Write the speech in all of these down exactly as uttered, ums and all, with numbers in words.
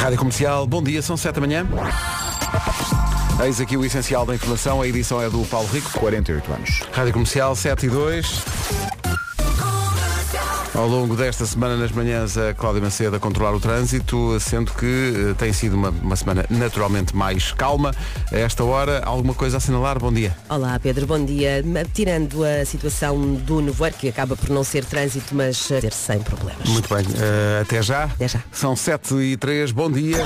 Rádio Comercial, bom dia, são sete da manhã. Eis aqui o essencial da informação, a edição é do Paulo Rico, quarenta e oito anos. Rádio Comercial sete e dois. Ao longo desta semana, nas manhãs, a Cláudia Macedo a controlar o trânsito, sendo que uh, tem sido uma, uma semana naturalmente mais calma. A esta hora, alguma coisa a assinalar? Bom dia. Olá, Pedro, bom dia. Tirando a situação do nevoeiro, que acaba por não ser trânsito, mas uh, ter sem problemas. Muito bem, uh, até já. Até já. São sete e três, bom dia.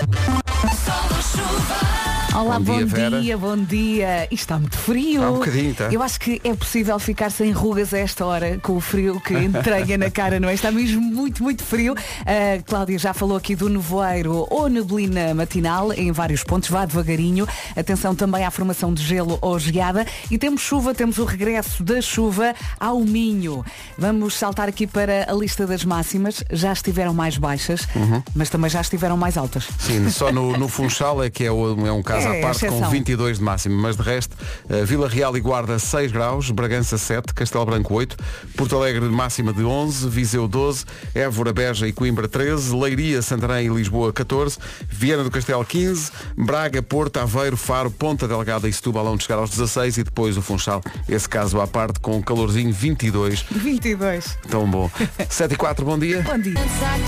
Olá, bom dia, bom Vera. dia, bom dia. Isto está muito frio. Há um bocadinho, tá? Eu acho que é possível ficar sem rugas a esta hora, com o frio que entrega na cara, não é? Está mesmo muito, muito frio. A Cláudia já falou aqui do nevoeiro ou neblina matinal em vários pontos. Vá devagarinho. Atenção também à formação de gelo ou geada. E temos chuva, temos o regresso da chuva ao Minho. Vamos saltar aqui para a lista das máximas. Já estiveram mais baixas, uhum. mas também já estiveram mais altas. Sim, só no, no Funchal é que é, o, é um caso É, à parte, exceção. com vinte e dois de máximo, mas de resto, uh, Vila Real e Guarda seis graus, Bragança sete, Castelo Branco oito, Porto Alegre máxima de onze, Viseu doze, Évora, Beja e Coimbra treze, Leiria, Santarém e Lisboa catorze, Viana do Castelo quinze, Braga, Porto, Aveiro, Faro, Ponta Delgada e Setúbal vão chegar aos dezasseis e depois o Funchal, esse caso à parte, com calorzinho vinte e dois. vinte e dois. Tão bom. sete e quatro, bom dia. Bom dia.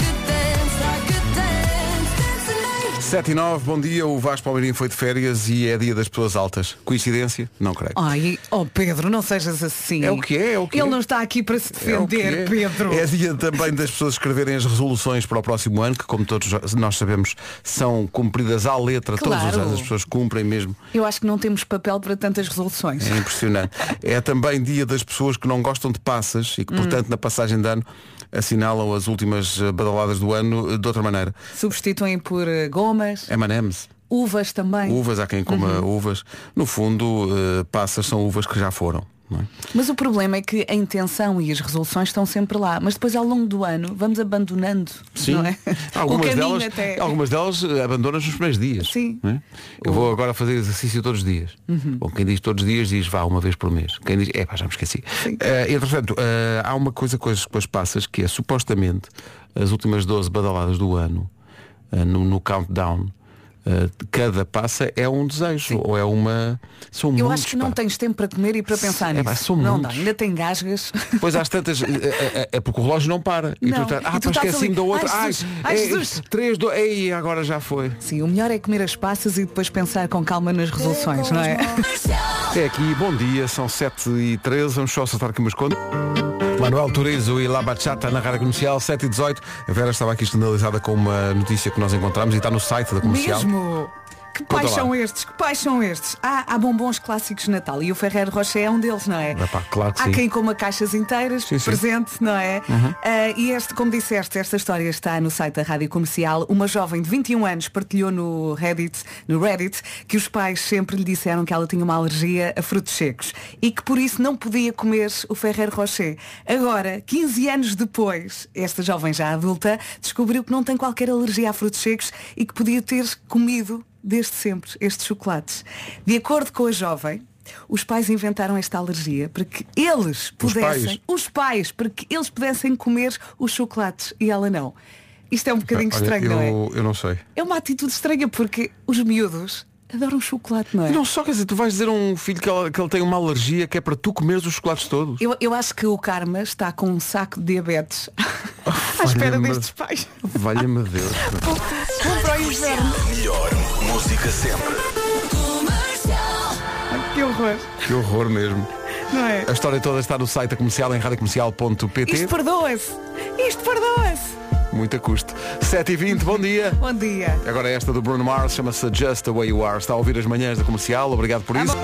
sete e nove, bom dia. O Vasco Palmeirinho foi de férias e é dia das pessoas altas. Coincidência? Não creio. Ai, oh Pedro, não sejas assim. É o que é, é o que Ele é. não está aqui para se É o que defender, é. Pedro. É dia também das pessoas escreverem as resoluções para o próximo ano, que como todos nós sabemos são cumpridas à letra. Claro. Todos os anos as pessoas cumprem mesmo. Eu acho que não temos papel para tantas resoluções. É impressionante. É também dia das pessoas que não gostam de passas e que, portanto, na passagem de ano assinalam as últimas eh, badaladas do ano eh, de outra maneira. Substituem por eh, gomas, M and M's. uvas também. Uvas, há quem coma Uhum. uvas. No fundo, eh, passas são uvas que já foram. Não é? Mas o problema é que a intenção e as resoluções estão sempre lá. Mas depois ao longo do ano vamos abandonando. Sim, Não é? algumas, o caminho delas, até. algumas delas eh, abandonas nos primeiros dias. Sim. Não é? Eu vou agora fazer exercício todos os dias. Uhum. Bom, quem diz todos os dias diz vá uma vez por mês. Quem diz, é pá, já me esqueci. Uh, entretanto, uh, há uma coisa com as, com as passas que é supostamente as últimas doze badaladas do ano uh, no, no countdown. Uh, cada passa é um desejo. Sim. Ou é uma. São Eu muitos, acho que não pá. tens tempo para comer e para pensar É, nisso. pá, são não muitos. dá, ainda tem gasgas. Pois às tantas, é, é, é porque o relógio não para. E Não. tu estás, ah, E tu pá, estás esqueci-me ali, da outra. ai, Ai, Jesus, ai, é, Jesus. três, dois, ei, agora já foi. Sim, o melhor é comer as passas e depois pensar com calma nas resoluções, não é? É aqui, bom dia, são sete e treze, vamos só acertar aqui umas contas. Manuel Turizo e La Bachata na Rádio Comercial, sete e dezoito. A Vera estava aqui escandalizada com uma notícia que nós encontramos e está no site da Comercial. Mesmo? Que Conta pais lá. são estes? Que pais são estes? Há, há bombons clássicos de Natal e o Ferrero Rocher é um deles, não é? Epá, claro que Há sim. quem coma caixas inteiras, Sim, sim. presente, não é? Uhum. Ah, e este, como disseste, esta história está no site da Rádio Comercial. Uma jovem de vinte e um anos partilhou no Reddit, no Reddit que os pais sempre lhe disseram que ela tinha uma alergia a frutos secos e que por isso não podia comer o Ferrero Rocher. Agora, quinze anos depois, esta jovem já adulta descobriu que não tem qualquer alergia a frutos secos e que podia ter comido desde sempre estes chocolates. De acordo com a jovem, os pais inventaram esta alergia para que eles pudessem, pais? os pais, para que eles pudessem comer os chocolates e ela não. Isto é um bocadinho Olha, estranho, eu, não é? eu não sei. É uma atitude estranha porque os miúdos adoram chocolate, não é? Não só, quer dizer, tu vais dizer a um filho que ele, que ele tem uma alergia que é para tu comeres os chocolates todos. Eu, eu acho que o Karma está com um saco de diabetes à espera Valha-me- destes pais. Valha-me Deus. Vão para o inferno. Melhor música sempre. Ai, que horror, Que horror mesmo. não é? A história toda está no site da Comercial em rádio comercial ponto pt. Isto perdoa-se. Isto perdoa-se. Muito a custo. sete e vinte, bom dia. Bom dia. Agora esta do Bruno Mars chama-se Just the Way You Are. Está a ouvir as manhãs da Comercial, obrigado por isso.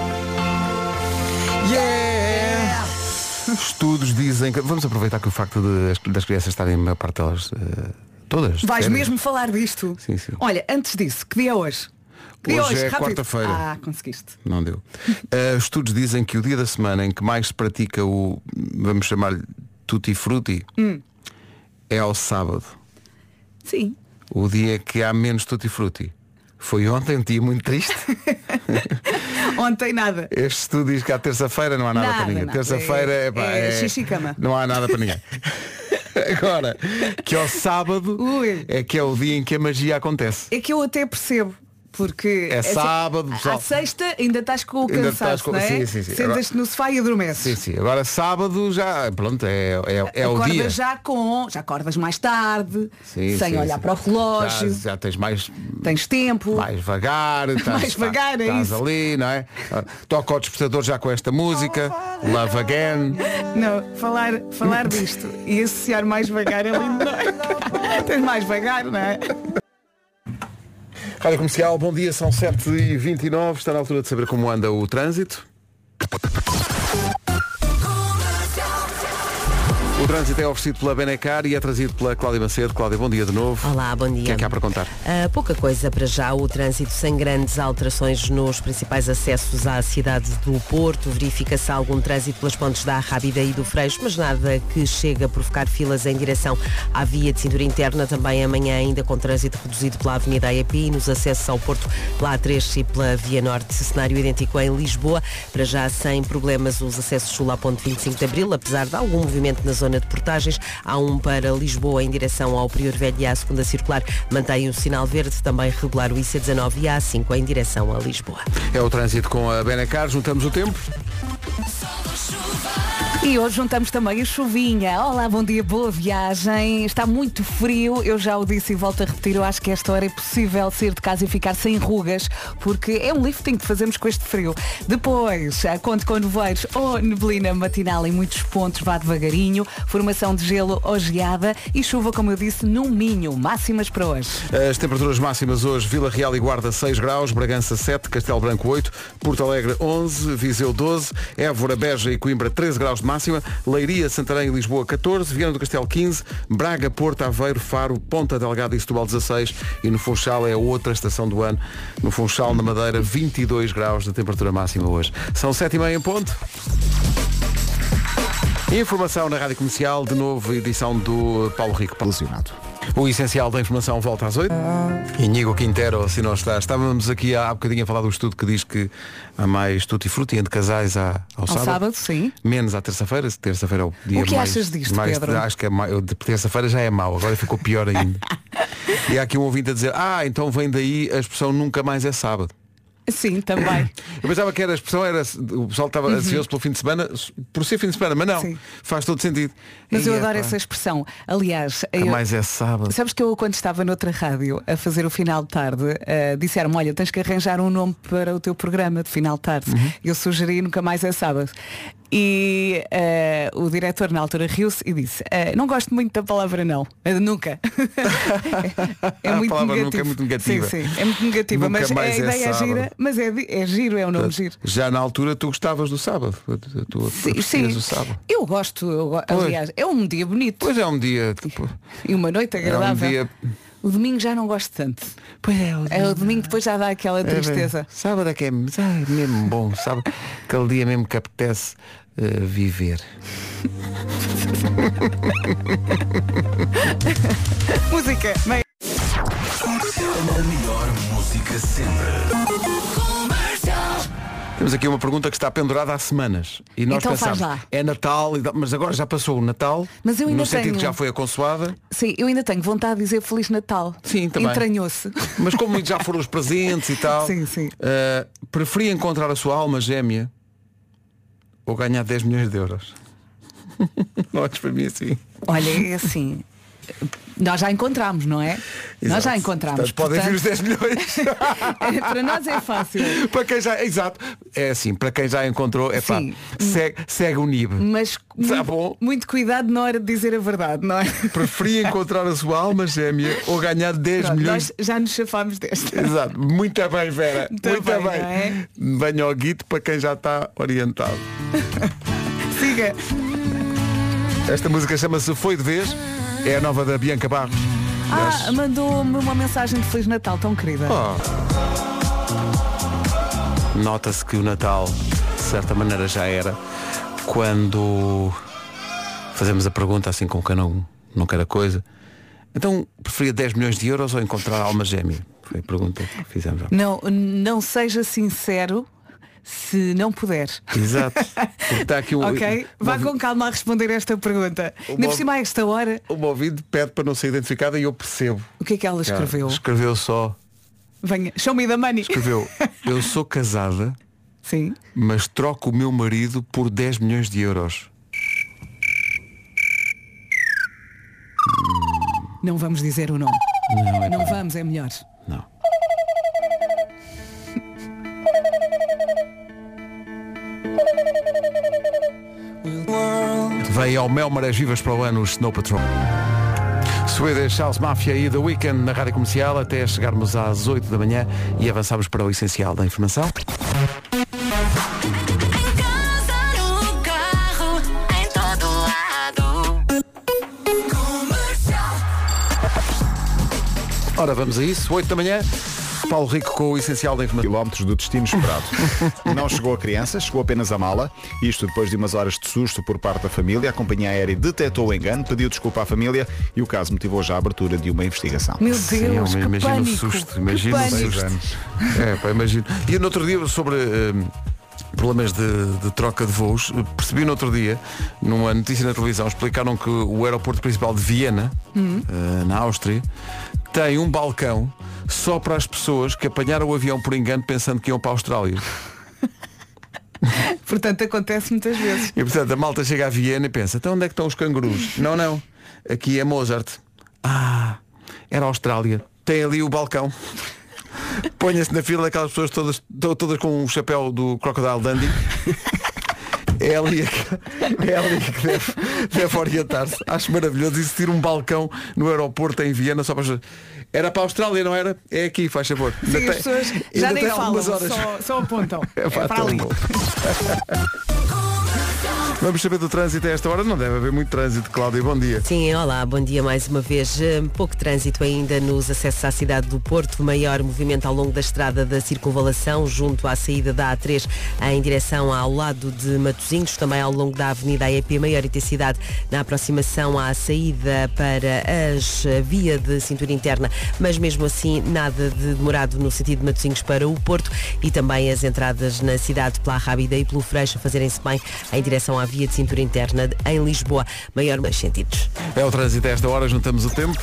Yeah! Estudos dizem que. Vamos aproveitar que o facto de, das crianças estarem a maior parte delas. eh, todas. Vais sério. mesmo falar disto? Sim, sim. Olha, antes disso, que dia é hoje? Que dia Hoje é Rápido. quarta-feira. Ah, conseguiste. Não deu. Eh, estudos dizem que o dia da semana em que mais se pratica o, vamos chamar-lhe tutti frutti, Hum. é ao sábado. Sim. O dia que há menos tutti frutti. Foi ontem, um dia muito triste. Ontem nada. Este estudo diz que à terça-feira não há nada, Nada, para ninguém. nada. Terça-feira É- é, pá, é é- xixi e cama. não há nada para ninguém. Agora, que ao sábado Ui. é que é o dia em que a magia acontece. É que eu até percebo. Porque É sábado, à pessoal. sexta ainda estás com o Ainda cansaço, estás com- não é? sim, sim, sim. Sentas-te no sofá e adormeces. Sim, sim. Agora sábado já, pronto, é, é, é o Acordas dia. já com, já acordas mais tarde, Sim, sem sim, olhar sim. para o relógio, Já, já tens mais, tens tempo. mais vagar, estás, Mais vagar, é estás isso. ali, não é? Toca o despertador já com esta música, Love Again. Não, falar, falar disto e associar mais vagar é lindo, não é? Tens mais vagar, não é? Rádio Comercial, bom dia, são sete e vinte e nove, está na altura de saber como anda o trânsito. O trânsito é oferecido pela Benecar e é trazido pela Cláudia Macedo. Cláudia, bom dia de novo. Olá, bom dia. O que é que há para contar? Uh, pouca coisa para já, o trânsito sem grandes alterações nos principais acessos à cidade do Porto. Verifica-se algum trânsito pelas pontes da Rábida e do Freixo, mas nada que chegue a provocar filas em direção à via de cintura interna. Também amanhã ainda com trânsito reduzido pela Avenida A E P e nos acessos ao Porto pela A três e pela Via Norte. Cenário idêntico em Lisboa. Para já sem problemas os acessos sul à ponte vinte e cinco de Abril, apesar de algum movimento na zona de portagens. Há um para Lisboa em direção ao Prior Velho e à segunda circular mantém o sinal verde, também regular o I C dezanove e a A cinco em direção a Lisboa. É o trânsito com a Benecar, juntamos o tempo. E hoje juntamos também a chuvinha. Olá, bom dia, boa viagem. Está muito frio, eu já o disse e volto a repetir, eu acho que esta hora é possível sair de casa e ficar sem rugas, porque é um lifting que fazemos com este frio. Depois, conto com nevoeiros ou neblina matinal em muitos pontos, vá devagarinho, formação de gelo ou geada e chuva, como eu disse, no Minho. Máximas para hoje. As temperaturas máximas hoje, Vila Real e Guarda seis graus, Bragança sete, Castelo Branco oito, Porto Alegre onze, Viseu doze, Évora, Beja e Coimbra treze graus de máxima, Leiria, Santarém e Lisboa catorze, Viana do Castelo quinze, Braga, Porto, Aveiro, Faro, Ponta Delgada e Setúbal dezasseis e no Funchal é a outra estação do ano. No Funchal, na Madeira, vinte e dois graus de temperatura máxima hoje. São sete e meia em ponto. Informação na Rádio Comercial, de novo edição do Paulo Rico. Alucinado. O essencial da informação volta às oito. Inigo Quintero, se não está. Estávamos aqui há bocadinho a falar do estudo que diz que há mais tutti-frutti entre casais à, ao, Ao sábado. sábado, sim. Menos à terça-feira. Terça-feira é o dia O que mais... achas disto, mais, Pedro? Acho que é mais, de terça-feira já é mau, agora ficou pior ainda. E há aqui um ouvinte a dizer, ah, então vem daí a expressão nunca mais é sábado. Sim, também. Eu pensava que era a expressão, era, o pessoal estava Uhum. ansioso pelo fim de semana, por ser fim de semana, mas não, Sim. faz todo sentido. Mas eu Ei, adoro epá, essa expressão. Aliás, nunca eu- mais é sábado. sabes que eu, quando estava noutra rádio a fazer o final de tarde, uh, disseram-me, olha, tens que arranjar um nome para o teu programa de final de tarde. Uhum. Eu sugeri nunca mais é sábado. E uh, o diretor na altura riu-se e disse, uh, não gosto muito da palavra não. Uh, nunca. é, A muito palavra negativo. nunca é muito negativa. Sim, sim, é muito negativa. Nunca Mas a mais é ideia é sábado. gira, mas é, di- é giro, é um nome giro. Já na altura tu gostavas do sábado. Tu, tu Sim, aprecias sim. o sábado. Eu gosto, eu go- Pois. aliás, é um dia bonito Pois é um dia, tipo, e uma noite agradável. dia- O domingo já não gosto tanto. pois é, o É, o domingo depois já dá aquela É, bem, tristeza. sábado é que é, ah, é mesmo bom, sabe? Aquele dia mesmo que apetece eh, viver. Música, meio. A melhor música sempre. Temos aqui uma pergunta que está pendurada há semanas. E nós Então faz pensamos, lá. é Natal, e dá- mas agora já passou o Natal. Mas eu ainda no sentido tenho- que já foi a consoada. Sim, eu ainda tenho vontade de dizer Feliz Natal. Sim, também. Entranhou-se. Mas como já foram os presentes e tal, Sim, sim. eh, preferia encontrar a sua alma gêmea ou ganhar dez milhões de euros? Não olhes para mim assim. Olha, é assim. Nós já encontramos, não é? Nós já Exato. encontramos. Portanto, podem vir os portanto, dez milhões. para nós é fácil. Para quem já, exato, é assim, para quem já encontrou, é pá, Sim. segue, segue o N I B. Mas Tá muito, bom. muito cuidado na hora de dizer a verdade, não é? Preferia encontrar a sua alma gêmea ou ganhar dez Pronto, milhões. nós já nos chafámos desta. Exato, muito bem, Vera. Muito muito bem, bem. não Venha ao guito para quem já está orientado. Siga. Esta música chama-se Foi de Vez. É a nova da Bianca Barros. Ah, mandou-me uma mensagem de Feliz Natal, tão querida. Oh. Nota-se que o Natal, de certa maneira, já era quando fazemos a pergunta assim com quem não, não quer a coisa. Então, preferia dez milhões de euros ou encontrar a alma gêmea? Foi a pergunta que fizemos. Não, não seja sincero se não puder. Exato. Porque está aqui um, Ok, vá um, com calma a responder esta pergunta. Um Nem por bom- cima a esta hora, Uma ouvinte pede para não ser identificada e eu percebo. o que é que ela escreveu? Escreveu só. Venha, show me the money. Escreveu, eu sou casada, Sim. mas troco o meu marido por dez milhões de euros. Não vamos dizer o nome. Não, é Não pá, vamos, é melhor. não. Vem ao Mel Marés Vivas para o ano o Snow Patrol. Swedish House Mafia e The Weekend na Rádio Comercial até chegarmos às oito da manhã e avançamos para o essencial da informação. Ora, vamos a isso, oito da manhã. Paulo Rico com o essencial da informação. Quilómetros do destino esperado. Não chegou a criança, chegou apenas a mala. Isto depois de umas horas de susto por parte da família. A companhia aérea detectou o engano, pediu desculpa à família e o caso motivou já a abertura de uma investigação. Meu Sim, Deus, eu que imagino pânico. o susto, que imagino o pânico. susto. É, pá, imagino. E no outro dia sobre eh, problemas de, de troca de voos, percebi no outro dia, numa notícia na televisão, explicaram que o aeroporto principal de Viena, eh, na Áustria, tem um balcão só para as pessoas que apanharam o avião por engano pensando que iam para a Austrália. Portanto, acontece muitas vezes. E portanto a malta chega a Viena e pensa, então onde é que estão os cangurus? Não, não, aqui é Mozart. Ah, era a Austrália. Tem ali o balcão. Ponha-se na fila aquelas pessoas todas, to- todas com o chapéu do Crocodile Dundee. É ali, que- é ali que deve, deve orientar-se. Acho maravilhoso existir um balcão no aeroporto em Viena só para as... Era para a Austrália, não era? É aqui, faz favor. Sim, Ainda as tem- pessoas ainda já tem nem falam, algumas horas. só, só apontam. É, É pá, para tão ali. bom. Vamos saber do trânsito a esta hora. Não deve haver muito trânsito, Cláudia. Bom dia. Sim, olá, bom dia mais uma vez. Eh, Pouco trânsito ainda nos acessos à cidade do Porto, maior movimento ao longo da estrada da circunvalação, junto à saída da A três em direção ao lado de Matosinhos, também ao longo da Avenida A E P, maior intensidade na aproximação à saída para as a via de cintura interna, mas mesmo assim nada de demorado no sentido de Matosinhos para o Porto e também as entradas na cidade pela Rábida e pelo Freixo a fazerem-se bem em direção à via de cintura interna em Lisboa, maior nos sentidos. É o trânsito a esta hora, juntamos o tempo.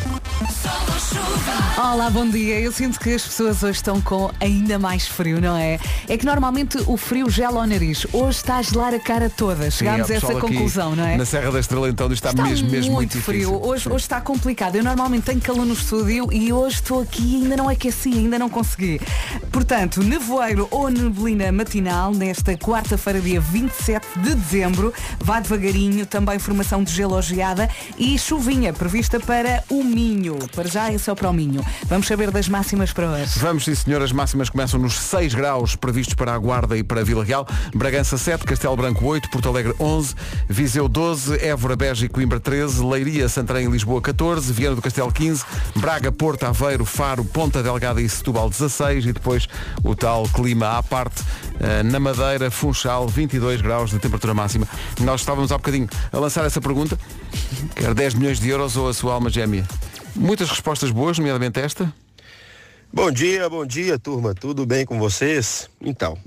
Olá, bom dia. Eu sinto que as pessoas hoje estão com ainda mais frio, não é? É que normalmente o frio gela ao nariz. Hoje está a gelar a cara toda. Chegámos Sim, a há essa pessoal aqui conclusão, não é? Na Serra da Estrela então está, Está mesmo, mesmo muito muito frio. difícil. Hoje, Sim. hoje está complicado. Eu normalmente tenho calor no estúdio e hoje estou aqui e ainda não aqueci, ainda não consegui. Portanto, nevoeiro ou neblina matinal nesta quarta-feira, dia vinte e sete de dezembro. Vá devagarinho, também formação de gelo ou geada e chuvinha prevista para o Minho. Para já é só para o Minho. Vamos saber das máximas para hoje. Vamos, sim senhor, as máximas começam nos seis graus previstos para a Guarda e para Vila Real, Bragança sete, Castelo Branco oito, Porto Alegre onze, Viseu doze, Évora, Beja e Coimbra treze, Leiria, Santarém e Lisboa catorze, Viana do Castelo quinze, Braga, Porto, Aveiro, Faro, Ponta Delgada e Setúbal dezasseis e depois o tal clima à parte eh, na Madeira, Funchal, vinte e dois graus de temperatura máxima. Nós estávamos há bocadinho a lançar essa pergunta, quer dez milhões de euros ou a sua alma gêmea? Muitas respostas boas, nomeadamente esta. Bom dia, bom dia, turma. Tudo bem com vocês? Então,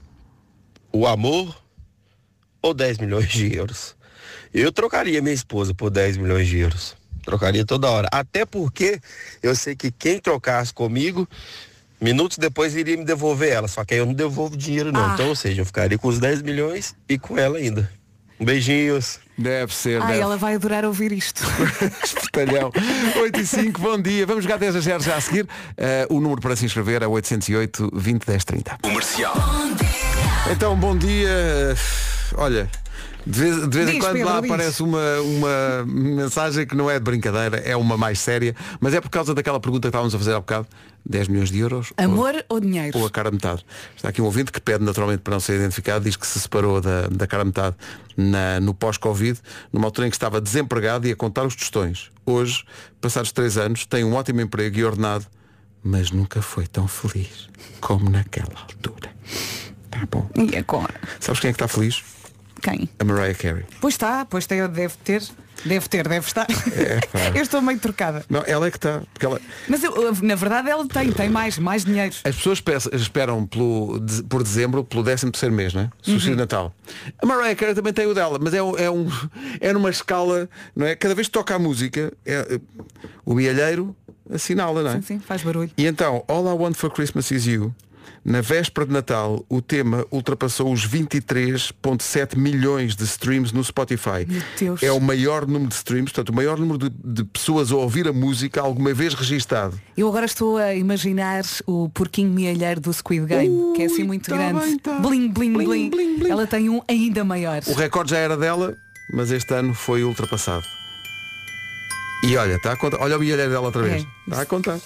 o amor ou dez milhões de euros? Eu trocaria minha esposa por dez milhões de euros. Trocaria toda hora. Até porque eu sei que quem trocasse comigo, minutos depois iria me devolver ela. Só que aí eu não devolvo dinheiro não. Ah. Então, ou seja, eu ficaria com os dez milhões e com ela ainda. Um beijinhos. Deve ser, Ai, deve. ela vai adorar ouvir isto. Espetalhão. oito e cinco, bom dia. Vamos jogar dez a zero já a seguir. Uh, o número para se inscrever é oitocentos e oito, vinte, dez, trinta. Comercial. Então, bom dia. Olha, de vez, de vez em Diz, quando Pedro, lá diz. aparece uma, uma mensagem que não é de brincadeira, é uma mais séria, mas é por causa daquela pergunta que estávamos a fazer há bocado. dez milhões de euros? Amor ou, ou dinheiro? ou a cara metade? Está aqui um ouvinte que pede naturalmente para não ser identificado, diz que se separou da, da cara metade na, no pós-Covid, numa altura em que estava desempregado e a contar os tostões. Hoje, passados três anos, tem um ótimo emprego e ordenado, mas nunca foi tão feliz como naquela altura. Tá bom. E agora? Sabes quem é que está feliz? Quem? A Mariah Carey. Pois está, pois tem, deve ter. Deve ter, deve estar. É, pá. Eu estou meio trocada. Não, ela é que está. Porque ela... Mas eu, na verdade ela tem, tem mais, mais dinheiro. As pessoas peçam- esperam pelo, de- por dezembro, pelo décimo terceiro mês, não é? Suicídio de Natal. A Mariah Carey também tem o dela, mas é, um- é, um, é numa escala, não é? Cada vez que toca a música, é, o milheiro assinala, não é? Sim, sim, faz barulho. E então, All I Want for Christmas Is You, na véspera de Natal, o tema ultrapassou os vinte e três vírgula sete milhões de streams no Spotify. Meu Deus. É o maior número de streams, portanto, o maior número de, de pessoas a ouvir a música alguma vez registado. Eu agora estou a imaginar o porquinho mielheiro do Squid Game, que é assim muito tá grande. bem, tá. Bling, bling, Bling, bling, bling, bling. Ela tem um ainda maior. O recorde já era dela, mas este ano foi ultrapassado. E olha, está a contar. Olha o bilheiro dela outra vez. É. Está a contar.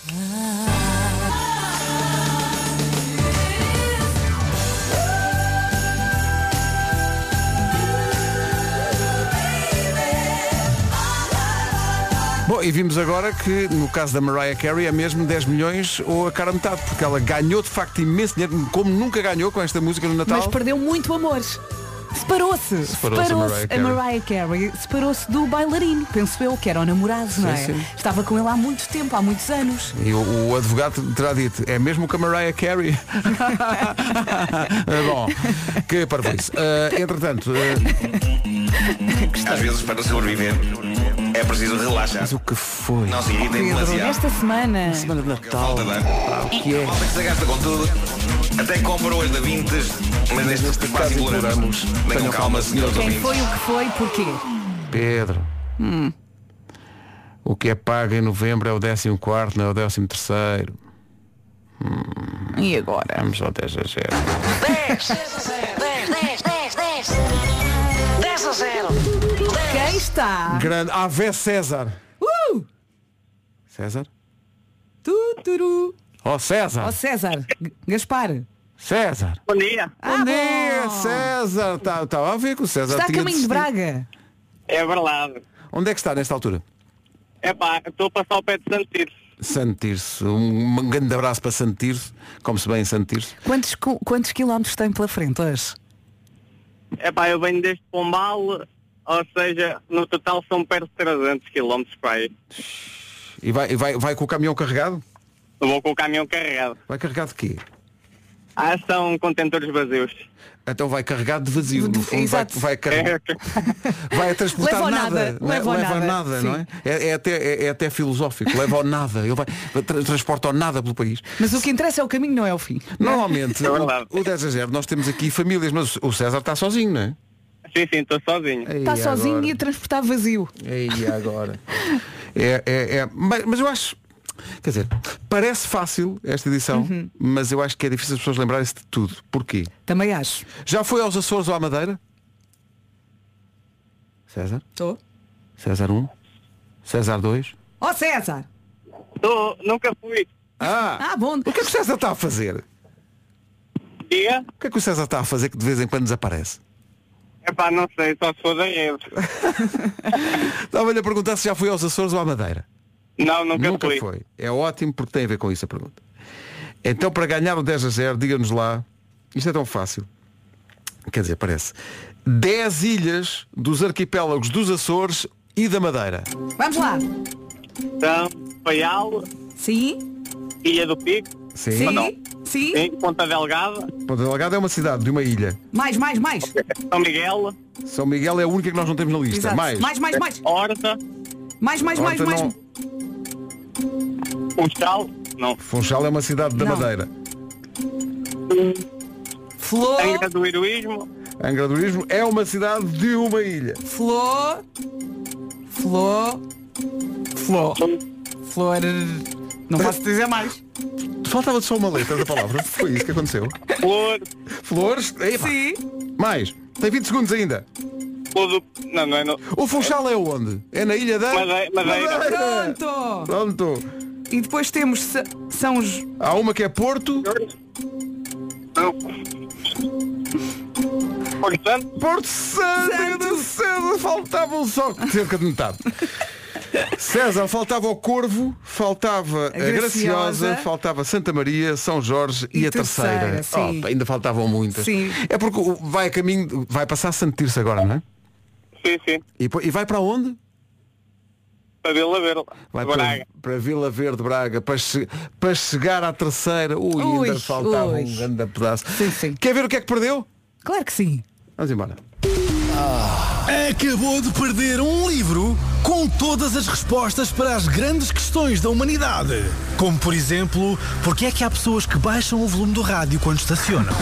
Bom, e vimos agora que no caso da Mariah Carey é mesmo dez milhões ou a cara metade, porque ela ganhou de facto imenso dinheiro, como nunca ganhou com esta música no Natal. Mas perdeu muito amor. Separou-se. Separou-se a Mariah a Carey. Mariah Carey. Separou-se do bailarino, penso eu, que era o namorado, não é? sim. Estava com ele há muito tempo, há muitos anos. E o, o advogado terá dito, é mesmo com a Mariah Carey? Bom, que parvoíce. Uh, entretanto, uh, Às vezes, para sobreviver, é preciso relaxar. mas o que foi? Não se irritem Pedro, demasiado. nesta semana. Semana de Natal. Falta de ar. Ah, o que é? Malta que se gasta com tudo. Até compram as da Vintes, mas neste Neste quase caso imploramos. imploramos. Tenham Tenham calma, calma, senhores Quem ouvintes. foi o que foi, porquê? Pedro. O que é pago em novembro é o décimo quarto, não é o décimo terceiro. E agora? Vamos ao dez a zero. dez, dez, dez, dez, dez. dez a zero. Quem está? Grande Ave César. Uh! César? Tuturu. Ó César. Ó César, G- Gaspar. César. Bom dia. Ah, Bom dia, bom. César. Estava tá, a ver que o César Está a tinha caminho de decidido. Braga. É verdade. Onde é que está nesta altura? É pá, estou a passar ao pé de Santo Tirso. Santo Tirso. Um, um grande abraço para Santo Tirso. Come-se bem em Santo Tirso. Quantos, co- quantos quilómetros tem pela frente hoje? É pá, eu venho desde Pombal, ou seja, no total são perto de trezentos quilómetros para aí. E vai, e vai, vai com o caminhão carregado? Eu vou com o caminhão carregado. Vai carregado de quê? Ah, são contentores vazios. Então vai carregado de vazio. De- No fundo, vai, exato. vai, carregar, vai a transportar Leva ao nada. nada, não é? leva ao Leva a nada, nada, não é? sim. É, é até, é, é até filosófico. Leva ao nada. Ele vai, tra- transporta ao nada pelo país. Mas o que interessa é o caminho, não é o fim. Normalmente, É verdade. o, o dez a zero, nós temos aqui famílias, mas o César está sozinho, não é? Sim, sim, estou sozinho. Está Ei, sozinho agora. e a transportar vazio. E agora? É, é, é, mas, mas eu acho, quer dizer, parece fácil esta edição, Uhum. mas eu acho que é difícil as pessoas lembrarem-se de tudo. Porquê? Também acho. Já foi aos Açores ou à Madeira? César? Estou. César um? César dois? Ó César! Tô, nunca fui. Ah! Ah, bom. O que é que o César está a fazer? Diga? O que é que o César está a fazer que de vez em quando desaparece? É pá, não sei, só se for da rede. Estava-lhe a perguntar se já foi aos Açores ou à Madeira. Não, nunca, Nunca fui. foi. É ótimo porque tem a ver com isso a pergunta. Então, para ganhar o dez a zero, diga-nos lá, isto é tão fácil, quer dizer, parece, dez ilhas dos arquipélagos dos Açores e da Madeira. Vamos lá. Então, Faial, Sim? Ilha do Pico, Sim. Sim? não. Sim? sim, Ponta Delgada, Ponta Delgada é uma cidade de uma ilha. Mais, mais, mais. São Miguel, São Miguel é a única que nós não temos na lista. Exato. Mais. mais, mais, mais. Horta, Mais, mais, mais, Horta mais. não- Funchal, não. Funchal é uma cidade da Não. Madeira. Flor, Angra do Heroísmo, Angra do Heroísmo é uma cidade de uma ilha. flor, flor, flor, flor. Não posso dizer mais. Faltava só uma letra da palavra. Foi isso que aconteceu. Flor, Flores. Epa. Sim. Mais. Tem vinte segundos ainda. Flor do... Não, não é no... O Funchal é onde? É na ilha da Madeira. Madeira. Pronto. Pronto. E depois temos Sa- São os... Há uma que é Porto. Não. Porto Santo, Porto Santo, Santo. do céu, faltavam só cerca de metade. César, faltava o Corvo, faltava a Graciosa, Graciosa, faltava Santa Maria, São Jorge e, E a terceira. terceira, sim. Oh, ainda faltavam muitas. Sim. É porque o- vai a caminho, vai passar Santo Tirso agora, não é? Sim, sim. E, po- e vai para onde? Para Vila Verde. Vai para, Braga. para Vila Verde, Braga, para, che- para chegar à terceira. Ui, Ui, ainda faltava ui. um grande pedaço. Sim, sim. Quer ver o que é que perdeu? Claro que sim. Vamos embora. Acabou de perder um livro com todas as respostas para as grandes questões da humanidade. Como, por exemplo, porque é que há pessoas que baixam o volume do rádio quando estacionam?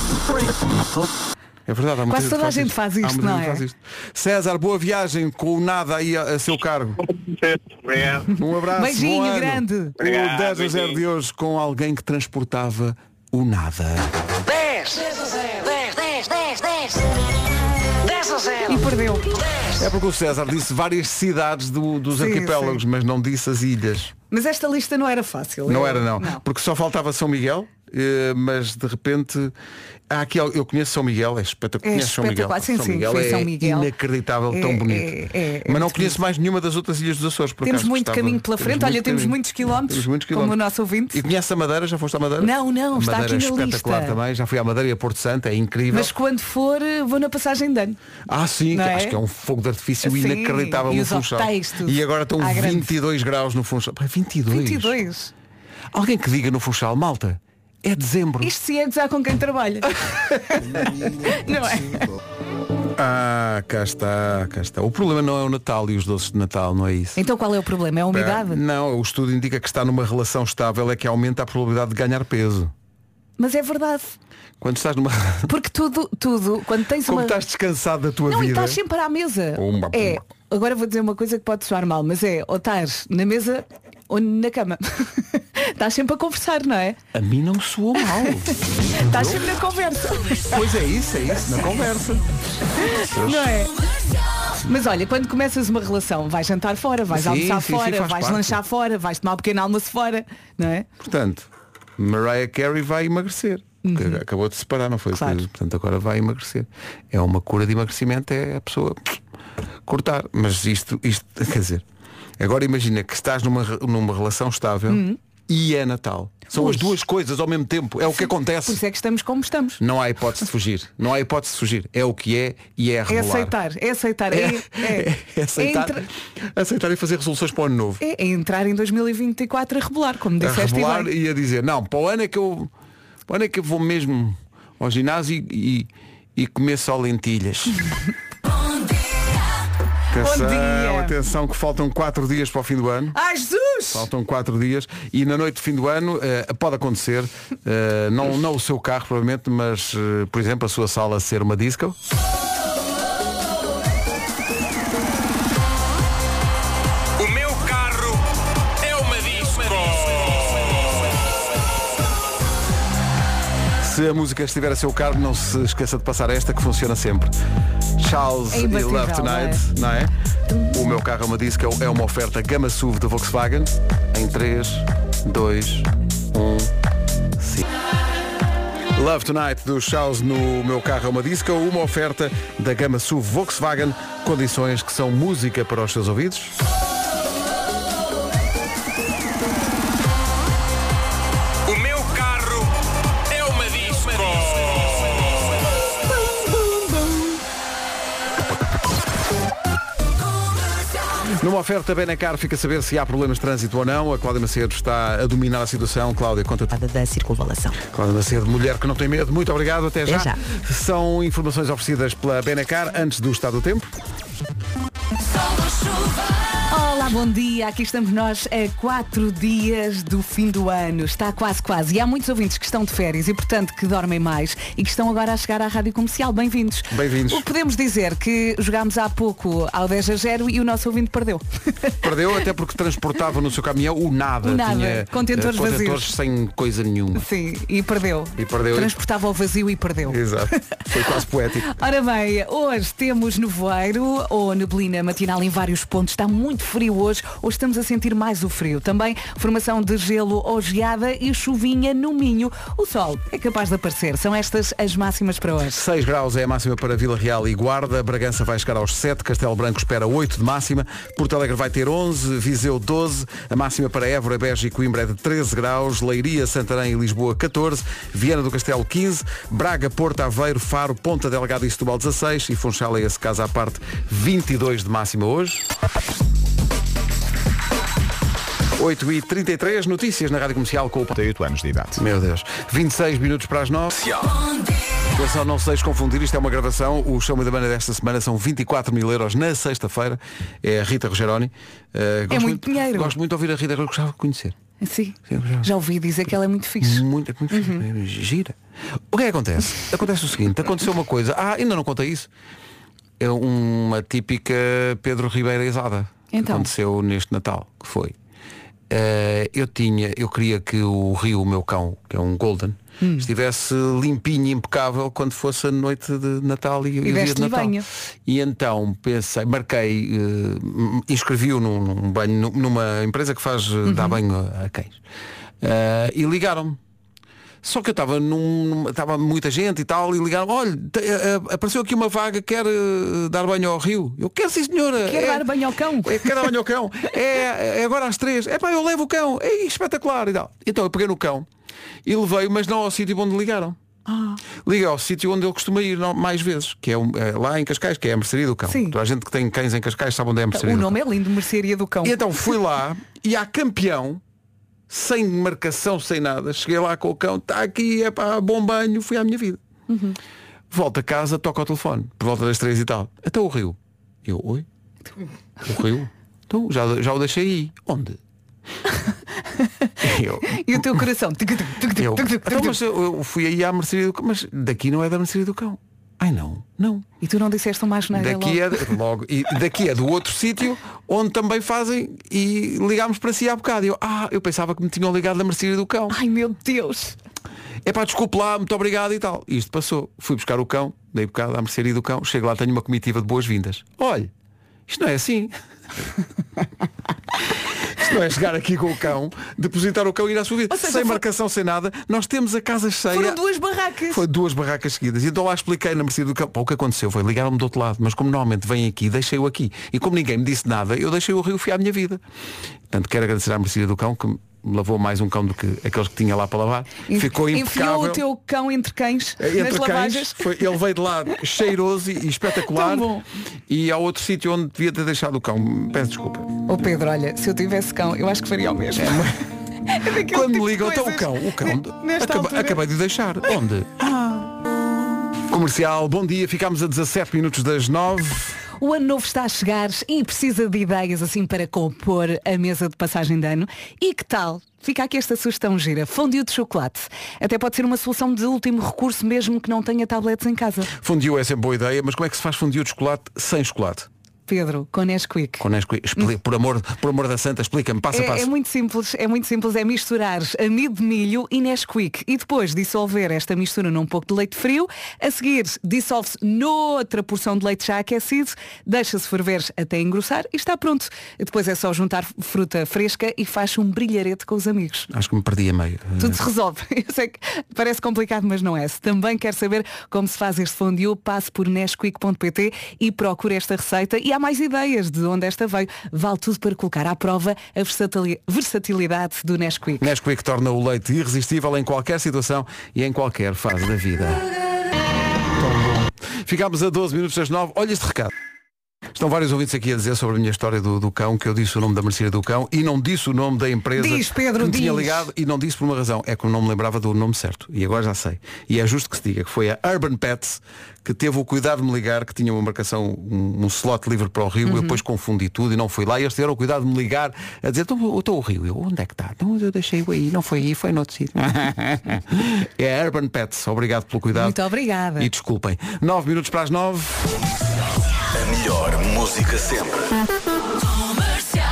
É verdade, há muita Quase toda a gente faz Há isto, muita não gente é? faz isto. César, boa viagem com o nada aí a, a seu cargo. Obrigado. Um abraço. Beijinho bom ano. grande. O Obrigado, dez a zero beijinho. de hoje com alguém que transportava o nada. dez, dez a zero, dez, dez, dez, dez. dez a zero. E perdeu. É porque o César disse várias cidades do- dos Sim, arquipélagos, sim. mas não disse as ilhas. Mas esta lista não era fácil. Não Eu- era não. Porque só faltava São Miguel, eh, mas de repente há aqui, eu conheço São Miguel, é espetacular. É Conheces São Miguel. espetacular, sim, São sim, Miguel fui é São Miguel. inacreditável, É, tão bonito. é, é, mas é não muito conheço mais nenhuma das outras ilhas dos Açores. Por Temos acaso, muito gostava- caminho pela frente. Olha, muito temos caminho. muitos quilómetros, Temos muitos como o quilómetros. nosso ouvinte. E conhece a Madeira? Já foste à Madeira? Não, não, a está Madeira aqui é na espetacular lista. também. Já fui à Madeira e a Porto Santo, é incrível. Mas quando for, vou na passagem de ano. Ah, sim, Não que é? acho que é um fogo de artifício Sim, inacreditável e no os Funchal. hotéis, tudo. E agora estão À grande. vinte e dois graus no Funchal. Pá, vinte e dois. vinte e dois. Alguém que diga no Funchal, malta, é dezembro. Isto sim é gozar com quem trabalha. Não é? Ah, cá está, cá está. O problema não é o Natal e os doces de Natal, não é isso. Então qual é o problema? É a umidade? Ah, não, o estudo indica que está numa relação estável é que aumenta a probabilidade de ganhar peso. Mas é verdade. Quando estás numa... Porque tudo, tudo, quando tens Como uma... estás descansado da tua Não, e vida. estás sempre à mesa. Pumba, pumba. É, agora vou dizer uma coisa que pode soar mal, mas é ou estás na mesa ou na cama. Estás sempre a conversar, não é? A mim não soou mal. Estás sempre na conversa. Pois é isso, é isso, na conversa. Não é? Mas olha, quando começas uma relação, vais jantar fora, vais Sim, almoçar sim, sim, fora, faz vais parte. lanchar fora, vais tomar um pequeno almoço fora, não é? Portanto, Mariah Carey vai emagrecer. Porque acabou de se separar, não foi? Uhum. Claro. Portanto, agora vai emagrecer. É uma cura de emagrecimento, é a pessoa cortar. Mas isto, isto quer dizer, agora imagina que estás numa, re- numa relação estável e é Natal. São as Ui. duas coisas ao mesmo tempo. É o que Por acontece. isso é que estamos como estamos. Não há hipótese de fugir. Não há hipótese de fugir. É o que é e é É regular. aceitar, é aceitar, é, é, É, é aceitar, é entra- aceitar e fazer resoluções para o ano novo. é- é entrar em dois mil e vinte e quatro a rebolar, como A disseste e rebolar bem. e a dizer, não, para o ano é que eu. Para o ano é que eu vou mesmo ao ginásio e, e comer só lentilhas. Atenção, dia. atenção que faltam quatro dias para o fim do ano. Ai, Jesus! Faltam quatro dias e na noite de fim do ano eh, pode acontecer, eh, não, não o seu carro provavelmente, mas eh, por exemplo a sua sala ser uma disco. O meu carro é uma disco. Se a música estiver a seu cargo, não se esqueça de passar esta que funciona sempre. Charles É e imbatível, Love Tonight, não é? O meu carro é uma disco, é uma oferta Gama S U V da Volkswagen. Em três, dois, um, cinco. Love Tonight do Charles no meu carro é uma disco, uma oferta da Gama S U V Volkswagen, condições que são música para os seus ouvidos. O meu carro é uma disco. Numa oferta Benacar fica a saber se há problemas de trânsito ou não. A Cláudia Macedo está a dominar a situação. Cláudia, conta-te. Da circunvalação. Cláudia Macedo, mulher que não tem medo. Muito obrigado, até já. Até já. São informações oferecidas pela Benacar antes do estado do tempo. Olá, bom dia. Aqui estamos nós a quatro dias do fim do ano. Está quase, quase. E há muitos ouvintes que estão de férias e, portanto, que dormem mais e que estão agora a chegar à Rádio Comercial. Bem-vindos. Bem-vindos. O que podemos dizer que jogámos há pouco ao dez a zero e o nosso ouvinte perdeu. Perdeu até porque transportava no seu caminhão o nada. O nada. Tinha Contentores eh, contentores vazios. sem coisa nenhuma. Sim, e perdeu. E perdeu. Transportava o vazio e perdeu. Exato. Foi quase poético. Ora bem, hoje temos nevoeiro ou neblina matinal em vários pontos. Está muito frio frio hoje ou estamos a sentir mais o frio. Também formação de gelo ou geada e chuvinha no Minho. O sol é capaz de aparecer. São estas as máximas para hoje. seis graus é a máxima para Vila Real e Guarda. Bragança vai chegar aos sete. Castelo Branco espera oito de máxima. Porto Alegre vai ter onze. Viseu doze. A máxima para Évora, Beja e Coimbra é de treze graus. Leiria, Santarém e Lisboa catorze. Viana do Castelo quinze. Braga, Porto, Aveiro, Faro, Ponta Delgada e Setúbal dezasseis. E Funchal, esse caso à parte, vinte e dois de máxima hoje. oito e trinta e três, notícias na Rádio Comercial com o trinta e oito anos de idade. Meu Deus. vinte e seis minutos para as nove. Atenção, não se deixe confundir, isto é uma gravação. O Show Me da Banda desta semana são vinte e quatro mil euros na sexta-feira. É a Rita Rogeroni. Uh, é muito, muito dinheiro. Gosto muito de ouvir a Rita, eu gostava de conhecer. Sim. Sim já ouvi dizer que ela é muito fixe. Muito, muito uhum. fixe. Gira. O que é que acontece? Acontece o seguinte, aconteceu uma coisa. Ah, ainda não contei isso. É uma típica Pedro Ribeirezada que então. aconteceu neste Natal, que foi. Uh, eu tinha, eu queria que o Rio, o meu cão, que é um Golden, hum. estivesse limpinho e impecável quando fosse a noite de Natal e, e o dia de Natal. Banho. E então pensei, marquei, uh, inscrevi-o num, num banho, numa empresa que faz uhum. dá banho a, a cães. Uh, e ligaram-me. Só que eu estava num. Estava muita gente e tal, e ligaram, olha, apareceu aqui uma vaga, quer uh, dar banho ao Rio. Eu quero sim, senhora. Quer é, dar banho ao cão? É, quer dar banho ao cão. É, é agora às três. É pá, eu levo o cão. É espetacular e tal. Então eu peguei no cão e levei, mas não ao sítio onde ligaram. Ah. Liguei ao sítio onde ele costuma ir não, mais vezes, que é, um, é lá em Cascais, que é a mercearia do cão. Sim. Toda a gente que tem cães em Cascais sabe onde é a mercearia o do nome cão. é lindo, mercearia do cão. E então fui lá e há campeão, sem marcação, sem nada, cheguei lá com o cão, está aqui, é para bom banho, fui à minha vida. Uhum. Volto a casa, toco ao telefone, por volta das três e tal. Até o Rio. Eu, oi? O Rio? Então, já, já o deixei aí. Onde? eu, e o teu coração? eu, então, mas eu, eu fui aí à mercearia do cão, mas daqui não é da mercearia do cão. Ai não, não. E tu não disseste mais nada daqui logo? É logo. E daqui é do outro sítio onde também fazem e ligámos para si há bocado. Eu, ah, eu pensava que me tinham ligado da mercearia do cão. Ai meu Deus. É pá, desculpe lá, muito obrigado e tal. E isto passou. Fui buscar o cão, dei bocado à mercearia do cão, chego lá, tenho uma comitiva de boas-vindas. Olha, isto não é assim. Isto não é chegar aqui com o cão, depositar o cão e ir à sua vida. Seja, sem foi... marcação, sem nada. Nós temos a casa cheia. Foram duas barracas. Foi duas barracas seguidas. E então lá expliquei na mercearia do cão. Pô, o que aconteceu foi ligaram-me do outro lado. Mas como normalmente vêm aqui, deixei-o aqui. E como ninguém me disse nada, eu deixei o Rio fiar a minha vida. Portanto, quero agradecer à mercearia do cão que me lavou mais um cão do que aqueles que tinha lá para lavar. Ficou impecável. Enfiou o teu cão entre cães entre nas cães, lavagens. Foi, ele veio de lá cheiroso e espetacular. E há outro sítio onde devia ter deixado o cão. Peço desculpa. Ô Pedro, olha, se eu tivesse cão, eu acho que faria o mesmo. É, quando me ligam, então o cão, o cão acabei, acabei de deixar. Onde? Ah. Comercial, bom dia, ficámos a dezassete minutos das nove. O ano novo está a chegar e precisa de ideias assim para compor a mesa de passagem de ano. E que tal? Fica aqui esta sugestão gira. Fondue de chocolate. Até pode ser uma solução de último recurso mesmo que não tenha tablets em casa. Fondue é sempre boa ideia, mas como é que se faz fondue de chocolate sem chocolate? Pedro, com Nesquik. Com Nesquik. Expli- por, amor, por amor da santa, explica-me, passo é, a passo. É muito simples, é muito simples, é misturar amido de milho e Nesquik e depois dissolver esta mistura num pouco de leite frio, a seguir dissolve-se noutra porção de leite já aquecido, deixa-se ferver até engrossar e está pronto. Depois é só juntar fruta fresca e faz um brilharete com os amigos. Acho que me perdi a meio. Tudo se resolve. Eu sei que parece complicado, mas não é. Se também quer saber como se faz este fondue, passe por nesquik ponto pt e procure esta receita e há mais ideias de onde esta veio. Vale tudo para colocar à prova a versatilidade do Nesquik. Nesquik torna o leite irresistível em qualquer situação e em qualquer fase da vida. Ficámos a doze minutos das nove. Olha este recado. Estão vários ouvintes aqui a dizer sobre a minha história do, do cão, que eu disse o nome da mercearia do cão e não disse o nome da empresa diz, Pedro, que me diz. tinha ligado e não disse por uma razão. É que eu não me lembrava do nome certo. E agora já sei. E é justo que se diga que foi a Urban Pets que teve o cuidado de me ligar, que tinha uma marcação, um, um slot livre para o Rio. Uhum. Eu depois confundi tudo e não fui lá. E eles tiveram o cuidado de me ligar a dizer, então eu estou o Rio. Eu, onde é que está? Então eu deixei-o aí. Não foi aí, foi noutro sítio. É a Urban Pets. Obrigado pelo cuidado. Muito obrigada. E desculpem. Nove minutos para as nove. A melhor música sempre.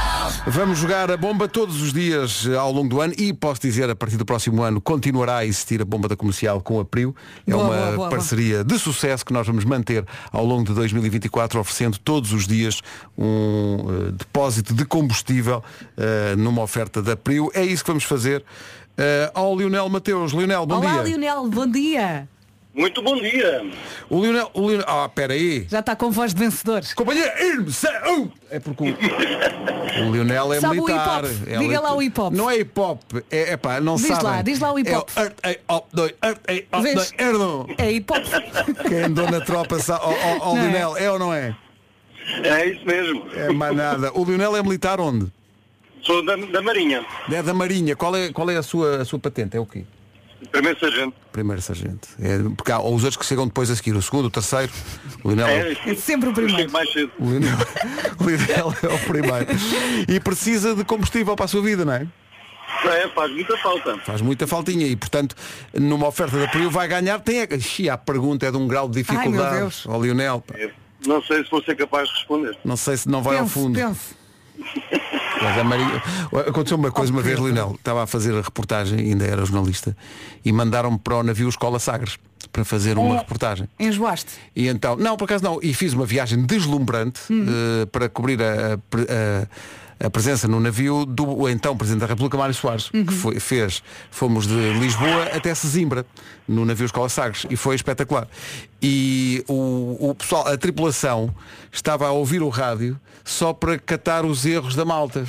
Vamos jogar a bomba todos os dias ao longo do ano e posso dizer, a partir do próximo ano continuará a existir a bomba da comercial com a Prio. É Boa, uma boa, boa, parceria de sucesso que nós vamos manter ao longo de dois mil e vinte e quatro, oferecendo todos os dias um uh, depósito de combustível uh, numa oferta da Prio. É isso que vamos fazer. Uh, ao Lionel Mateus. Lionel, bom Olá, dia. Lionel, bom dia. Muito bom dia. O Lionel, o Lionel, ah, espera aí. Já está com voz de vencedor. Companheiro, é porque o, o Lionel é Sabe militar. o hip-hop? É Diga li- lá o hip-hop. Não é hip-hop, é, é pá, não Diz sabem. lá, diz lá o hip-hop. É o art, é, op, doi, art, é, op, Vês? doi, erdo. É hip-hop. Quem andou na tropa sabe. Ó, ó, ó, Não é? Lionel, é ou não é? É isso mesmo. É mais nada. O Lionel é militar onde? Sou da, da Marinha. É da Marinha. Qual é, qual é a, sua, a sua patente? É o quê? Primeiro sargento. Primeiro sargento. É, porque há os outros que chegam depois a seguir. O segundo, o terceiro. O Lionel É, É sempre o primeiro. mais cedo. O Lionel, o Lionel é o primeiro. E precisa de combustível para a sua vida, não é? É, faz muita falta. Faz muita faltinha e, portanto, numa oferta da Prio vai ganhar. Tem a... Xi, a pergunta é de um grau de dificuldade. Ai, meu Deus. Ó Lionel, pá. É, não sei se vou ser capaz de responder. Não sei se não vai ao Pense, fundo. pense. Mas a Maria... Aconteceu uma coisa uma vez, Lionel. Estava a fazer a reportagem, ainda era jornalista, e mandaram-me para o navio Escola Sagres para fazer uma É. reportagem. Enjoaste. E então, não, por acaso não, e fiz uma viagem deslumbrante eh, para cobrir a, a, a presença no navio do então Presidente da República, Mário Soares, que foi, fez, fomos de Lisboa até Sesimbra, no navio Escola Sagres, e foi espetacular. E o, o pessoal, a tripulação, estava a ouvir o rádio só para catar os erros da malta.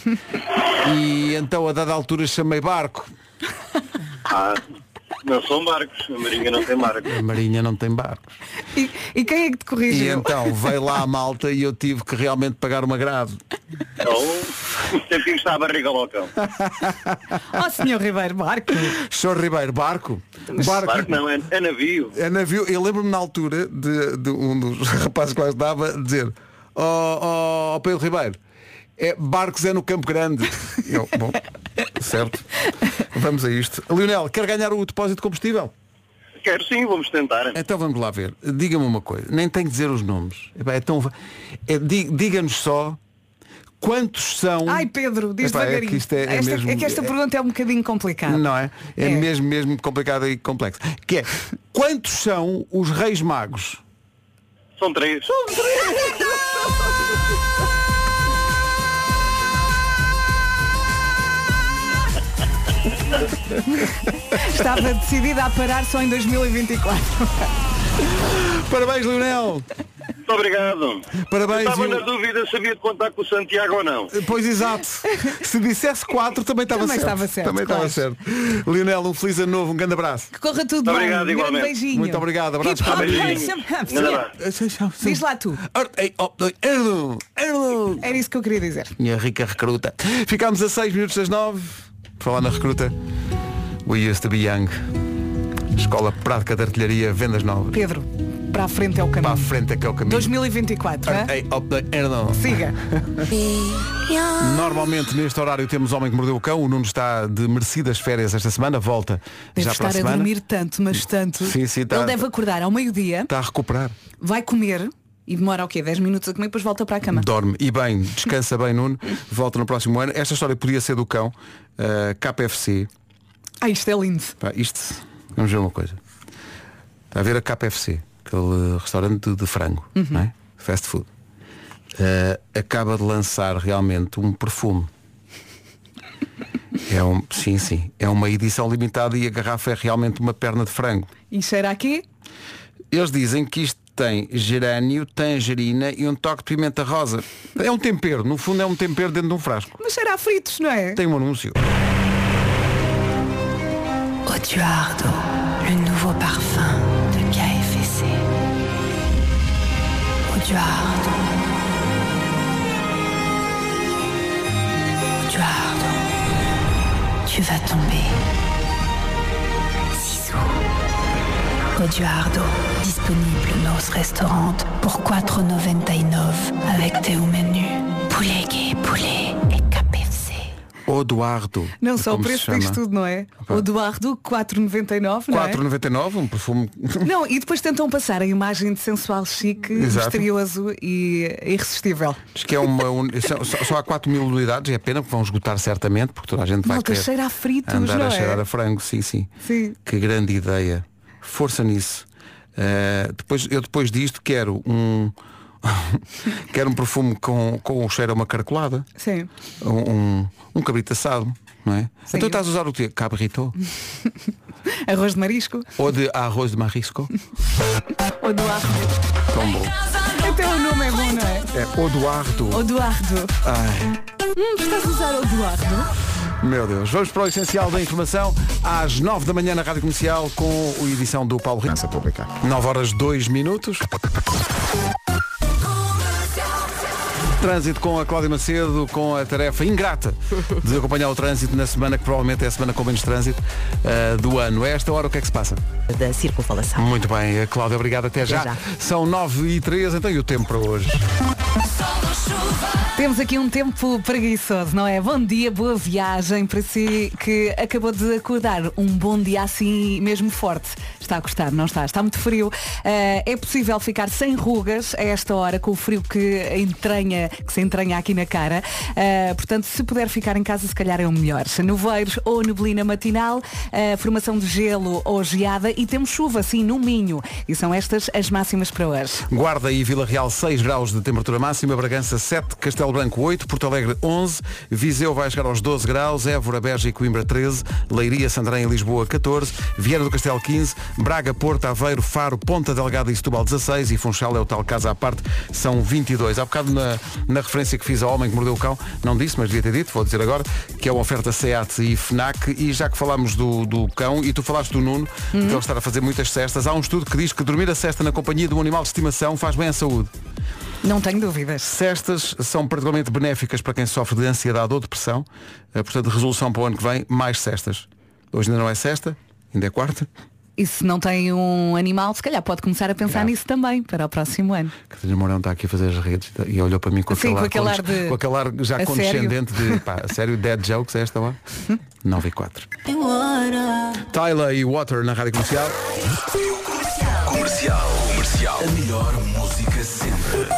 E então, a dada altura, chamei barco. Ah, não são barcos. A Marinha não tem barcos. A Marinha não tem barcos. E, e quem é que te corrigiu? E então veio lá a malta e eu tive que realmente pagar uma grave. Ou sempre está a barriga louca. Ó senhor Ribeiro, barco. senhor Ribeiro, barco? Barco, Barco não, é, é navio. é navio. Eu lembro-me na altura de, de um dos rapazes que lá estava dizer: ó oh, Pedro Ribeiro, é, barcos é no Campo Grande. Eu, bom, certo. Vamos a isto. Lionel, quer ganhar o depósito de combustível? Quero sim, vamos tentar. Então vamos lá ver. Diga-me uma coisa. Nem tem que dizer os nomes. Epá, é tão... é, di- diga-nos só quantos são... Ai Pedro, diz Epá, é devagarinho. que isto é- é esta, mesmo- é que esta pergunta é um bocadinho complicada. Não é? É, É. mesmo, mesmo complicado e complexo. Que é, quantos são os Reis Magos? São três. Estava decidida a parar só em dois mil e vinte e quatro. Parabéns, Lionel! Muito obrigado. Parabéns. Eu estava e o- na dúvida se havia de contar com o Santiago ou não. Pois exato. Se dissesse quatro também estava Também certo. estava certo, Também claro. estava certo. Lionel, um feliz ano novo, um grande abraço. Que corra tudo Muito bem. obrigado, Um grande igualmente. beijinho. Muito obrigado. Abraço Hip para a hop, Maria. hum, Nada mais. Diz lá tu. Era isso que eu queria dizer. Minha rica recruta. Ficámos a seis minutos das nove. Por falar na recruta, we used to be young. Escola Prática de Artilharia, Vendas Novas. Pedro, para a frente é o Para a caminho. frente é que é o caminho. dois mil e vinte e quatro, é? Ei, op, ei, erdo. Siga. Normalmente neste horário temos Homem que Mordeu o Cão. O Nuno está de merecidas férias esta semana. Volta Deve já para a estar a semana. dormir tanto, mas tanto. Sim, sim, tá. Ele deve acordar ao meio-dia, Está a recuperar. vai comer e demora o quê? dez minutos a comer, depois volta para a cama. Dorme. E bem, descansa bem, Nuno. Volta no próximo ano. Esta história podia ser do cão. Uh, K F C. Ah, isto é lindo. Pá, isto, vamos ver uma coisa. Está a ver a K F C, aquele restaurante de, de frango, não é? Fast food. Uh, acaba de lançar realmente um perfume. É um, sim, sim. É uma edição limitada e a garrafa é realmente uma perna de frango. E cheira aqui? Eles dizem que isto tem gerânio, tangerina e um toque de pimenta rosa. É um tempero, no fundo é um tempero dentro de um frasco. Mas cheira a fritos, não é? Tem um anúncio. Oduardo, le nouveau parfum de K F C. Oduardo. Oduardo, tu vas tomber. Zizou. Oduardo, disponible nos restaurants pour quatre noventa e nove avec teu menu poulet gay poulet et K F C. O Eduardo. Não só o como se preço diz chama. tudo, não é? Opa. O Eduardo, quatro vírgula noventa e nove, não é? quatro vírgula noventa e nove, um perfume. Não, e depois tentam passar a imagem de sensual chique, Exato. misterioso e irresistível. Diz que é uma. un- só, só há quatro mil unidades, é pena que vão esgotar certamente, porque toda a gente vai Malta, querer cheira a fritos, andar não a é? cheirar a frango, sim, sim. Sim. Que grande ideia. Força nisso. Uh, depois, eu depois disto quero um. quero um perfume com, com o cheiro a uma caracolada. Sim. Um, um, um cabrito assado, não é? Sim. Então estás a usar o quê? Cabrito? Arroz de marisco. Ou de arroz de marisco? O Eduardo. Tão bom. Até o nome é bom, não é? É Oduardo. O Eduardo. Ai, Hum, estás a usar o Eduardo? meu Deus. Vamos para o essencial da informação às nove da manhã na Rádio Comercial com a edição do Paulo Rico. nove horas dois minutos. Trânsito com a Cláudia Macedo, com a tarefa ingrata de acompanhar o trânsito na semana que provavelmente é a semana com menos trânsito uh, do ano. A esta hora o que é que se passa? Da circunvalação. Muito bem, Cláudia, obrigado. Até já. já. São nove e três, então e o tempo para hoje? Temos aqui um tempo preguiçoso, não é? Bom dia, boa viagem para si que acabou de acordar. Um bom dia assim mesmo forte. Está a gostar, não está? Está muito frio. Uh, é possível ficar sem rugas a esta hora com o frio que entranha, que se entranha aqui na cara. Uh, portanto, se puder ficar em casa, se calhar é o melhor. Nevoeiros ou neblina matinal, uh, formação de gelo ou geada e temos chuva, sim, no Minho. E são estas as máximas para hoje. Guarda e Vila Real seis graus de temperatura máxima, Bragança sete, Castelo Branco oito, Porto Alegre onze, Viseu vai chegar aos doze graus, Évora, Beja e Coimbra treze, Leiria, Santarém e Lisboa catorze, Viana do Castelo quinze, Braga, Porto, Aveiro, Faro, Ponta Delgada e Setúbal dezasseis e Funchal é o tal casa à parte, são vinte e dois. Há bocado na, na referência que fiz ao Homem que Mordeu o Cão, não disse, mas devia ter dito, vou dizer agora, que é uma oferta SEAT e FNAC, e já que falámos do, do cão e tu falaste do Nuno, uhum. que ele está a fazer muitas cestas, há um estudo que diz que dormir a cesta na companhia de um animal de estimação faz bem à saúde. Não tenho dúvidas. Cestas são particularmente benéficas para quem sofre de ansiedade ou depressão. Portanto, resolução para o ano que vem, mais cestas. Hoje ainda não é sexta, ainda é quarta. E se não tem um animal, se calhar pode começar a pensar Grave. nisso também, para o próximo ano. Catarina Mourão está aqui a fazer as redes e olhou para mim com, Sim, aquele, com ar, aquele ar de... com aquele ar já a condescendente sério? de, pá, a sério, dead jokes a esta hora. nove e quatro. Tyler e Water na Rádio Comercial. Comercial. Comercial. A melhor música sempre.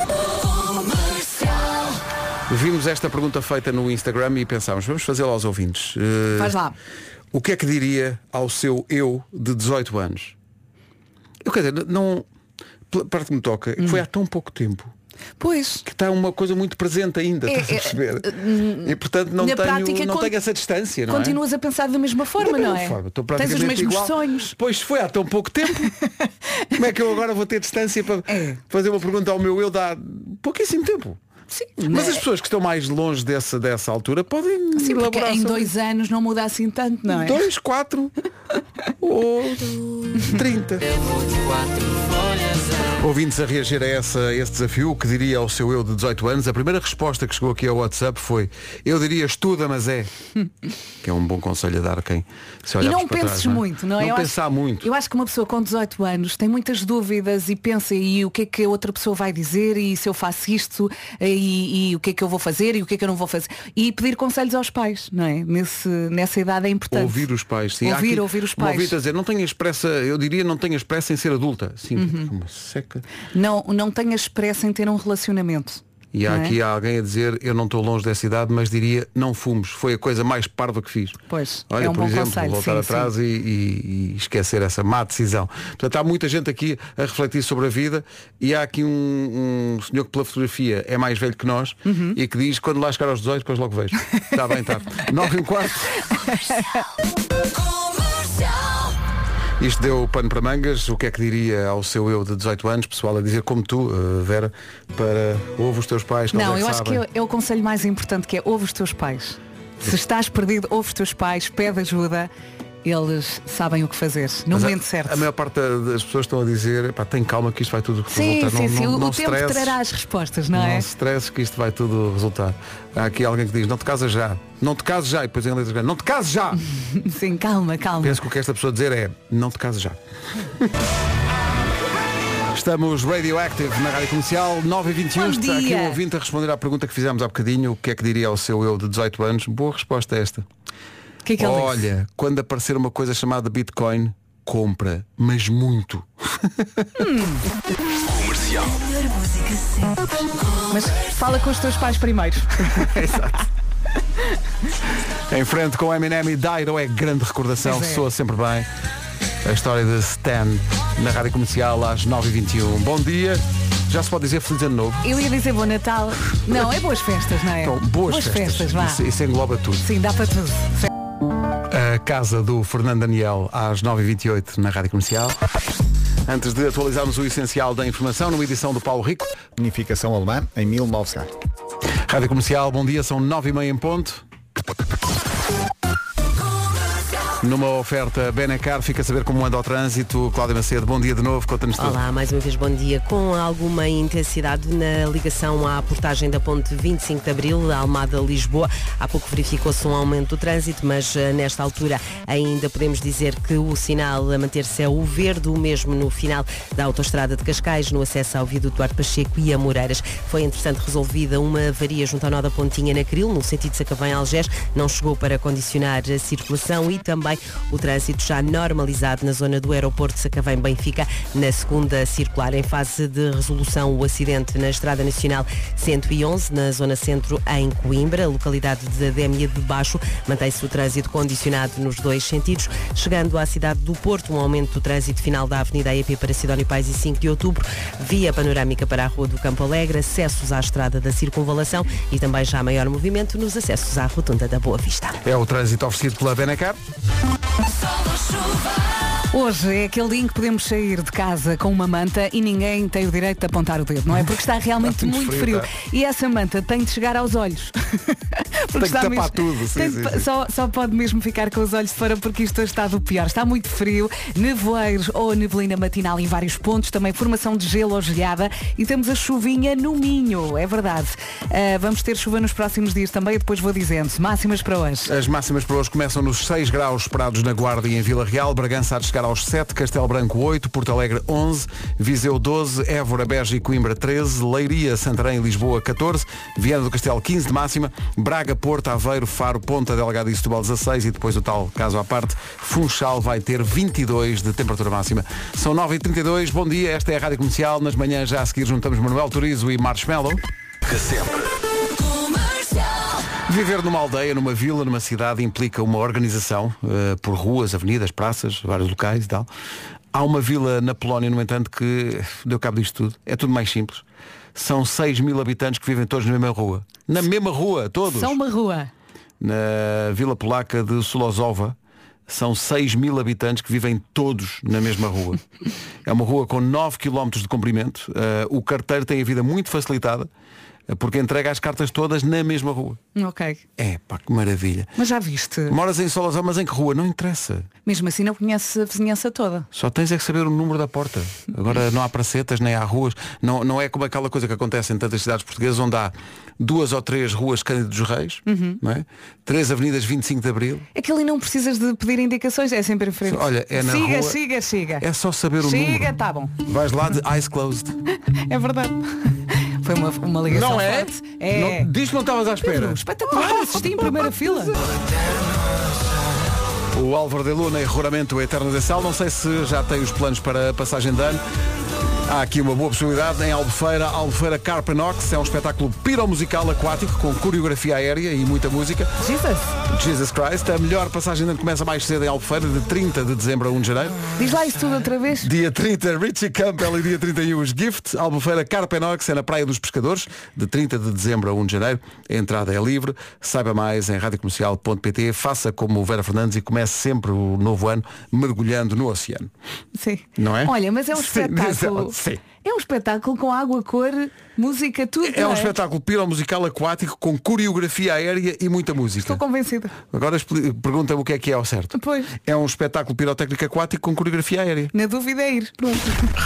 Vimos esta pergunta feita no Instagram e pensámos, vamos fazê-la aos ouvintes. Uh, Faz lá. O que é que diria ao seu eu de dezoito anos? Eu quero dizer, não. A parte que me toca, hum. foi há tão pouco tempo. Pois. Que está uma coisa muito presente ainda, É, estás a perceber? é, e portanto não na tenho, prática, não con- tenho essa distância, não Continuas é? a pensar da mesma forma, Da mesma não é? forma, estou Tens os praticamente mesmos igual. sonhos. Pois foi há tão pouco tempo. Como é que eu agora vou ter distância para É. fazer uma pergunta ao meu eu dá pouquíssimo tempo? Sim, Mas é- as pessoas que estão mais longe dessa, dessa altura podem Sim, porque elaborar em sobre dois anos não muda assim tanto, não é? dois, quatro ou trinta. Ouvintes a reagir a essa, a esse desafio, o que diria ao seu eu de dezoito anos, a primeira resposta que chegou aqui ao WhatsApp foi: eu diria estuda, mas é. Que é um bom conselho a dar a quem se E olhar não para penses trás, não é? muito, não é? Não Eu pensar acho, muito. Eu acho que uma pessoa com dezoito anos tem muitas dúvidas e pensa e o que é que a outra pessoa vai dizer e se eu faço isto e, e o que é que eu vou fazer e o que é que eu não vou fazer. E pedir conselhos aos pais, não é? Nesse, nessa idade é importante. Ouvir os pais, sim. Há Ouvir, aqui ouvir os uma pais. ouvinte a dizer, não tenhas pressa, eu diria não tenhas pressa em ser adulta. Sim, Uhum. uma seca. Não, não tenhas pressa em ter um relacionamento. E há não é? aqui alguém a dizer, eu não estou longe dessa idade, mas diria, não fumes. Foi a coisa mais parva que fiz. Pois, Olha, é um por bom exemplo, conselho. voltar sim, atrás sim. E, e- e esquecer essa má decisão. Portanto, há muita gente aqui a refletir sobre a vida e há aqui um, um senhor que pela fotografia é mais velho que nós Uhum. e que diz, quando lá chegar aos dezoito, depois logo vejo. Está bem, está. nove e um quarto. Isto deu pano para mangas. O que é que diria ao seu eu de dezoito anos, pessoal, a dizer como tu, uh, Vera, para ouve os teus pais? Não, eles é eu que acho sabem. que é, é o conselho mais importante, que é ouve os teus pais. Se estás perdido, ouve os teus pais, pede ajuda, eles sabem o que fazer, no Mas a- momento certo. A maior parte das pessoas estão a dizer, pá, tem calma que isto vai tudo Sim, resultar. sim, não, sim. não, o não o tempo stresses. trará as respostas, não, é? Não stresses que isto vai tudo resultar. Há aqui alguém que diz, não te casas já, não te cases já, e depois em letras grandes, não te cases já. Sim, calma, calma. Penso que o que esta pessoa dizer é, não te cases já. Estamos Radioactive na Rádio Comercial, nove e vinte e um. Está aqui um ouvinte a responder à pergunta que fizemos há bocadinho. O que é que diria ao seu eu de dezoito anos? Boa resposta esta. Que é que ele Olha, disse? quando aparecer uma coisa chamada Bitcoin, compra, mas muito. Comercial. Mas fala com os teus pais primeiro. Exato. Em frente com Eminem e Dido é grande recordação, Pois é. soa sempre bem. A história de Stan na Rádio Comercial às nove e vinte e um. Bom dia. Já se pode dizer Feliz Ano Novo? Eu ia dizer bom Natal. Não, é boas festas, não é? Então, boas, festas. vá. Isso, isso engloba tudo. Sim, dá para tudo. A casa do Fernando Daniel às nove e vinte e oito na Rádio Comercial. Antes de atualizarmos o essencial da informação, numa edição do Paulo Rico. Unificação alemã em mil novecentos. Rádio Comercial, bom dia, são nove e meia em ponto. Numa oferta Benacar, fica a saber como anda o trânsito. Cláudia Macedo, bom dia de novo, conta-nos tudo. Olá, mais uma vez bom dia. Com alguma intensidade na ligação à portagem da ponte vinte e cinco de Abril, Almada-Lisboa. Há pouco verificou-se um aumento do trânsito, mas uh, nesta altura ainda podemos dizer que o sinal a manter-se é o verde, o mesmo no final da autoestrada de Cascais, no acesso ao viaduto Duarte Pacheco e a Moreiras. Foi, entretanto, resolvida uma avaria junto ao nó da Pontinha na Cril, no sentido de Sacavém-Algés. Não chegou para condicionar a circulação e também o trânsito já normalizado na zona do aeroporto de Sacavém-Benfica, na segunda circular. Em fase de resolução, o acidente na Estrada Nacional cento e onze, na zona centro, em Coimbra, localidade de Adémia de Baixo. Mantém-se o trânsito condicionado nos dois sentidos. Chegando à cidade do Porto, um aumento do trânsito final da Avenida A E P para Sidónio Pais e cinco de outubro, via panorâmica para a Rua do Campo Alegre, acessos à Estrada da Circunvalação e também já maior movimento nos acessos à Rotunda da Boa Vista. É o trânsito oferecido pela Benacar. Hoje é aquele dia em que podemos sair de casa com uma manta e ninguém tem o direito de apontar o dedo, não é? Porque está realmente Está muito muito frio, frio. tá? E essa manta tem de chegar aos olhos. Tem que tapar tudo, sim, tem sim, de- sim. Só, só pode mesmo ficar com os olhos de fora porque isto hoje está do pior. Está muito frio, nevoeiros ou neblina matinal em vários pontos, também formação de gelo ou gelhada e temos a chuvinha no Minho, é verdade. Ah, vamos ter chuva nos próximos dias também e depois vou dizendo. Máximas para hoje. As máximas para hoje começam nos seis graus esperados na Guarda e em Vila Real, Bragança há de chegar aos sete, Castelo Branco oito, Porto Alegre onze, Viseu doze, Évora, Beja e Coimbra treze, Leiria, Santarém e Lisboa catorze, Viana do Castelo quinze de máxima, Braga, Porto, Aveiro, Faro, Ponta Delgada e Setúbal dezasseis e depois o tal caso à parte, Funchal vai ter vinte e dois de temperatura máxima. São nove e trinta e dois, bom dia, esta é a Rádio Comercial, nas manhãs já a seguir juntamos Manuel Turizo e Marshmallow. Que sempre. Viver numa aldeia, numa vila, numa cidade implica uma organização uh, por ruas, avenidas, praças, vários locais e tal. Há uma vila na Polónia, no entanto, que deu cabo disto tudo. É tudo mais simples. São seis mil habitantes que vivem todos na mesma rua. Na mesma rua, todos. São uma rua. Na vila polaca de Sulozova são seis mil habitantes que vivem todos na mesma rua. É uma rua com nove quilómetros de comprimento. Uh, o carteiro tem a vida muito facilitada porque entrega as cartas todas na mesma rua. Ok. É, pá, que maravilha. Mas já viste? Moras em Solazão, mas em que rua? Não interessa. Mesmo assim não conhece a vizinhança toda. Só tens é que saber o número da porta. Agora não há pracetas, nem há ruas. Não, não é como aquela coisa que acontece em tantas cidades portuguesas onde há duas ou três ruas Cândido dos Reis, Uhum. não é? Três avenidas vinte e cinco de Abril. É que ali não precisas de pedir indicações, é sempre em frente. Olha, é na siga, rua- siga, siga. É só saber o Siga, número. tá bom. Vais lá de eyes closed. É verdade. Foi uma, uma ligação Não é? forte. É. Não, diz que não estavas à espera. Pedro, espetacular, assisti em primeira fila. O Álvaro de Luna e Roramento Eterno de Sal. Não sei se já tem os planos para a passagem de ano. Há aqui uma boa possibilidade em Albufeira. Albufeira Carpenox é um espetáculo piromusical aquático com coreografia aérea e muita música. Jesus. Jesus Christ. A melhor passagem de ano começa mais cedo em Albufeira, de trinta de dezembro a um de janeiro. Diz lá isso tudo outra vez. Dia trinta, Richie Campbell e dia trinta e um os Gift. Albufeira Carpenox é na Praia dos Pescadores, de trinta de dezembro a um de janeiro. A entrada é livre. Saiba mais em radiocomercial ponto pt. Faça como o Vera Fernandes e comece sempre o novo ano mergulhando no oceano. Sim. Não é? Olha, mas é um Sim, espetáculo. sim. É um espetáculo com água, cor, música, tudo. É não um espetáculo piromusical aquático com coreografia aérea e muita música. Estou convencida. Agora expli- pergunta-me o que é que é ao certo. Pois. É um espetáculo pirotécnico aquático com coreografia aérea. Na dúvida é ir. Pronto.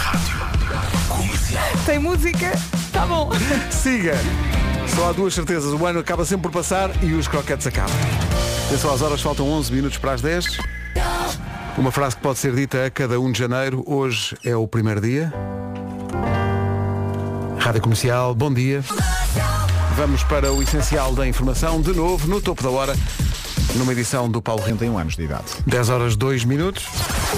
Tem música, tá bom. Siga. Só há duas certezas. O ano acaba sempre por passar e os croquetes acabam. Atenção às horas, faltam onze minutos para as dez. Uma frase que pode ser dita a cada um de janeiro. Hoje é o primeiro dia. Rádio Comercial, bom dia. Vamos para o essencial da informação, de novo, no topo da hora, numa edição do Paulo trinta e um anos de idade. dez horas dois minutos.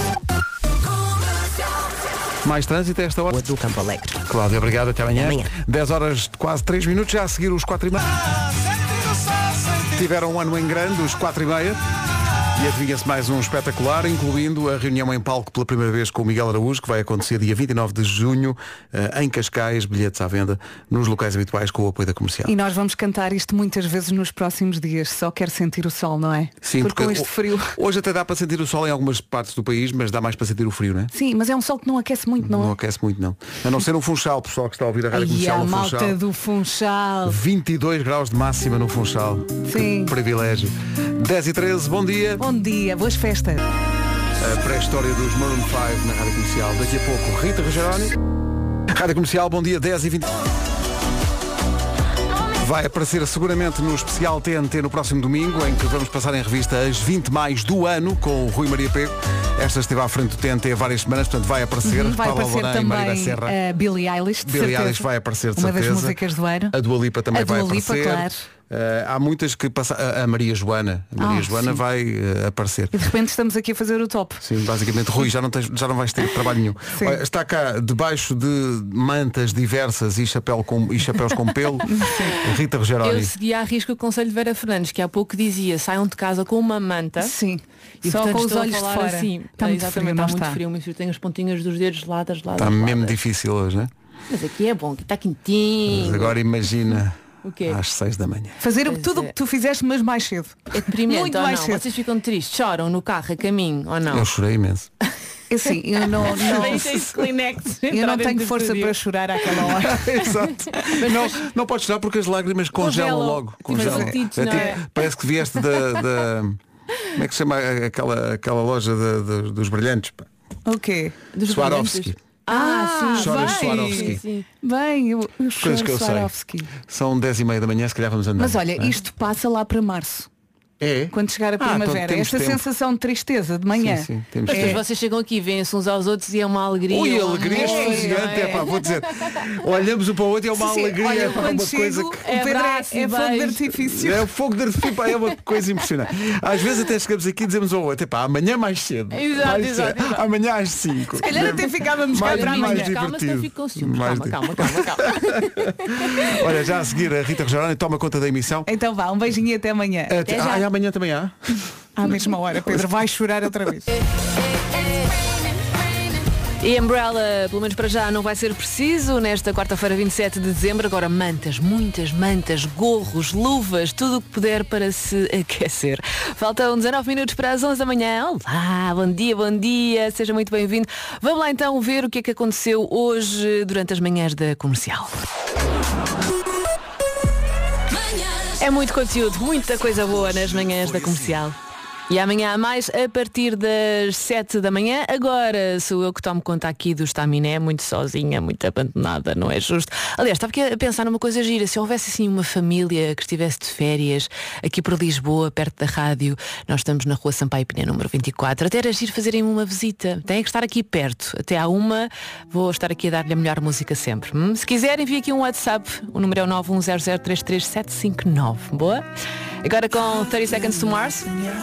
Mais trânsito a esta hora. Do Campo Alegre. Cláudia, obrigado, até amanhã. Até amanhã. dez horas, quase três minutos, já a seguir os quatro e meia. Tiveram um ano em grande, os quatro e meia. E adivinha-se mais um espetacular, incluindo a reunião em palco pela primeira vez com o Miguel Araújo, que vai acontecer dia vinte e nove de junho, em Cascais, bilhetes à venda nos locais habituais com o apoio da Comercial. E nós vamos cantar isto muitas vezes nos próximos dias. Só quero sentir o sol, não é? Sim, porque, porque com este frio. Hoje até dá para sentir o sol em algumas partes do país, mas dá mais para sentir o frio, não é? Sim, mas é um sol que não aquece muito, não, não é? Não aquece muito, não. A não ser no Funchal, pessoal que está a ouvir a Rádio E Comercial a no malta Funchal. do Funchal. vinte e dois graus de máxima no Funchal. Sim. Que privilégio. dez e treze, bom dia. Bom dia, boas festas. A pré-história dos Maroon cinco na Rádio Comercial. Daqui a pouco, Rita Rogeroni. Rádio Comercial, bom dia, dez e vinte. Vai aparecer seguramente no especial T N T no próximo domingo, em que vamos passar em revista as vinte mais do ano com o Rui Maria Pego. Esta esteve à frente do T N T há várias semanas, portanto vai aparecer. Uhum, vai Paulo aparecer Alborã e Maria também Serra. a Billie Eilish, de Billie certeza. Eilish vai aparecer de Uma certeza. das músicas do ano. A Dua Lipa também a vai Dua Lipa, aparecer. claro. Uh, há muitas que passam. A, a Maria Joana. A Maria Ah, Joana sim. vai uh, aparecer. E de repente estamos aqui a fazer o top. Sim, basicamente, Rui, já não, tens, já não vais ter trabalho nenhum. Olha, está cá, debaixo de mantas diversas e, chapéu com, e chapéus com pelo, Rita Rogeroni. Eu segui à risca o conselho de Vera Fernandes, que há pouco dizia, saiam de casa com uma manta. Sim. E Só portanto, com os estou a olhos de falar fora. Assim, Está muito exatamente, frio, não está muito está? frio, muito frio. Tenho as pontinhas dos dedos geladas, geladas. Está mesmo geladas. difícil hoje, não é? Mas aqui é bom, aqui está quentinho. Mas agora imagina O quê? às seis da manhã. Fazer Pois tudo o é. que tu fizeste, mas mais cedo. É deprimente Muito ou mais não? cedo. Vocês ficam tristes, choram no carro, a caminho ou não? Eu chorei imenso. Assim, eu não, não, Deixem esse Kleenex eu entrar não dentro tenho do força estúdio. para chorar àquela hora. Exato. Não, não podes chorar porque as lágrimas congelam, Congelam. logo. Tipo Congelam. saltitos, É não tipo- é? Parece que vieste da, da- Como é que se chama aquela, aquela loja de- de- dos brilhantes? pá? O quê? Dos Swarovski. brilhantes. Ah, sim. Choras bem. Swarovski. Sim, sim. Bem, eu, eu Coisas choro que eu sei. Swarovski. São dez e meia da manhã, se calhar vamos andar. Mas olha, isto passa lá para março. É? Quando chegar a Ah, primavera, então temos esta tempo. sensação de tristeza de manhã. Sim, sim, temos Mas tempo. depois vocês chegam aqui, veem-se uns aos outros e é uma alegria. Ui, um alegria amor, esfuziante, não é pá, vou dizer. Olhamos um para o outro e é uma Sim, sim. alegria, Olha, é pá, quando uma chego, coisa que. o Pedro é, Abraço e é fogo de beijo. artifício. É o fogo de artifício, pá, é uma coisa impressionante. Às vezes até chegamos aqui e dizemos ao outro, epá, amanhã mais cedo. Exato, mais exato, cedo. exato. Amanhã às cinco. Se calhar até ficávamos cá mais, para mais amanhã. Calma, senão divertido. fico com ciúmes. Mais Calma, di- calma, calma, calma. Olha, já a seguir a Rita Rogeroni toma conta da emissão. Então vá, um beijinho e até amanhã. Até, ah, e amanhã também há? À mesma hora, Pedro vai chorar outra vez. E Umbrella, pelo menos para já, não vai ser preciso nesta quarta-feira, vinte e sete de dezembro. Agora mantas, muitas mantas, gorros, luvas, tudo o que puder para se aquecer. Faltam dezanove minutos para as onze da manhã. Olá, bom dia, bom dia, seja muito bem-vindo. Vamos lá então ver o que é que aconteceu hoje durante as manhãs da Comercial. É muito conteúdo, muita coisa boa nas manhãs da Comercial. E amanhã há mais a partir das sete da manhã. Agora sou eu que tomo conta aqui do estaminé, muito sozinha, muito abandonada, não é justo? Aliás, estava aqui a pensar numa coisa gira. Se houvesse assim uma família que estivesse de férias aqui por Lisboa, perto da rádio, nós estamos na rua Sampaio Pina, número vinte e quatro, até era giro fazerem uma visita. Têm que estar aqui perto. Até à uma vou estar aqui a dar-lhe a melhor música sempre. Hum? Se quiserem, envie aqui um WhatsApp. O número é o nove um zero zero três três sete cinco nove. Boa? Agora com thirty Seconds to Mars.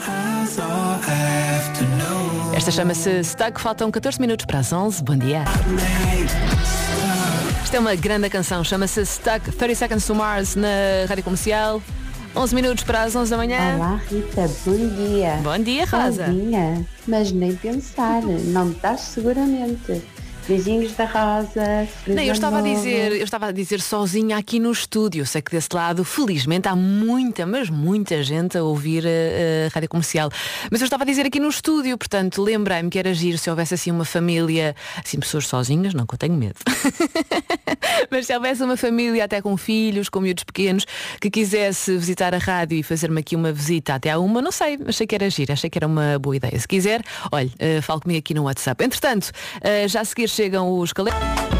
Esta chama-se Stuck. Faltam catorze minutos para as onze. Bom dia. Esta é uma grande canção. Chama-se Stuck. thirty Seconds to Mars na Rádio Comercial. onze minutos para as onze da manhã. Olá, Rita. Bom dia. Bom dia, Rosa. Bom dia. Mas nem pensar. Não estás seguramente. Beijinhos da Rosa. Não, eu estava a dizer, eu estava a dizer sozinha aqui no estúdio. Eu sei que desse lado, felizmente, há muita, mas muita gente a ouvir a, a Rádio Comercial. Mas eu estava a dizer aqui no estúdio, portanto, lembrei-me que era giro se houvesse assim uma família, assim, pessoas sozinhas, não que eu tenho medo. Mas se houvesse uma família até com filhos, com miúdos pequenos, que quisesse visitar a rádio e fazer-me aqui uma visita até à uma, não sei, achei que era giro, achei que era uma boa ideia. Se quiser, olha, uh, fale comigo aqui no WhatsApp. Entretanto, uh, já a seguir chegam os calé.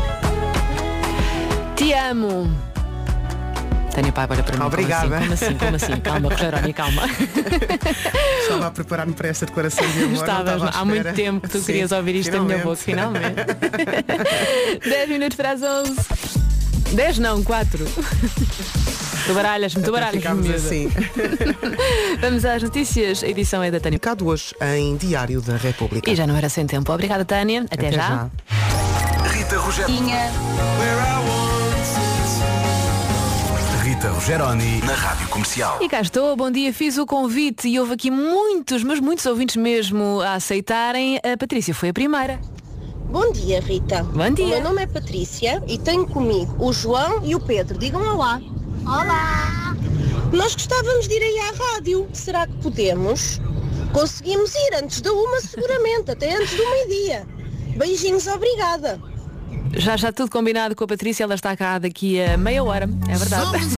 Te amo. Tânia Pai, olha para mim. Obrigada. Como assim? Como assim? Como assim? Calma, Rogeroni, calma. Estava a preparar-me para esta declaração de amor. Estavas, não estava à há muito espera. tempo que tu Sim, querias ouvir isto da minha boca, finalmente. dez minutos para as onze. dez não, quatro. Tu baralhas-me, tu baralhas-me. Ficámos assim. Vamos às notícias. A edição é da Tânia. Cá hoje em Diário da República. E já não era sem tempo. Obrigada, Tânia. Até, Até já. já. Rita Rogeroni. Rita Rogeroni na Rádio Comercial. E cá estou, bom dia, fiz o convite e houve aqui muitos, mas muitos ouvintes mesmo a aceitarem. A Patrícia foi a primeira. Bom dia, Rita. Bom dia. O meu nome é Patrícia e tenho comigo o João e o Pedro. Digam olá. Olá. Nós gostávamos de ir aí à rádio. Será que podemos? Conseguimos ir antes da uma, seguramente, até antes do meio-dia. Beijinhos, obrigada. Já está tudo combinado com a Patrícia, ela está cá daqui a meia hora, é verdade.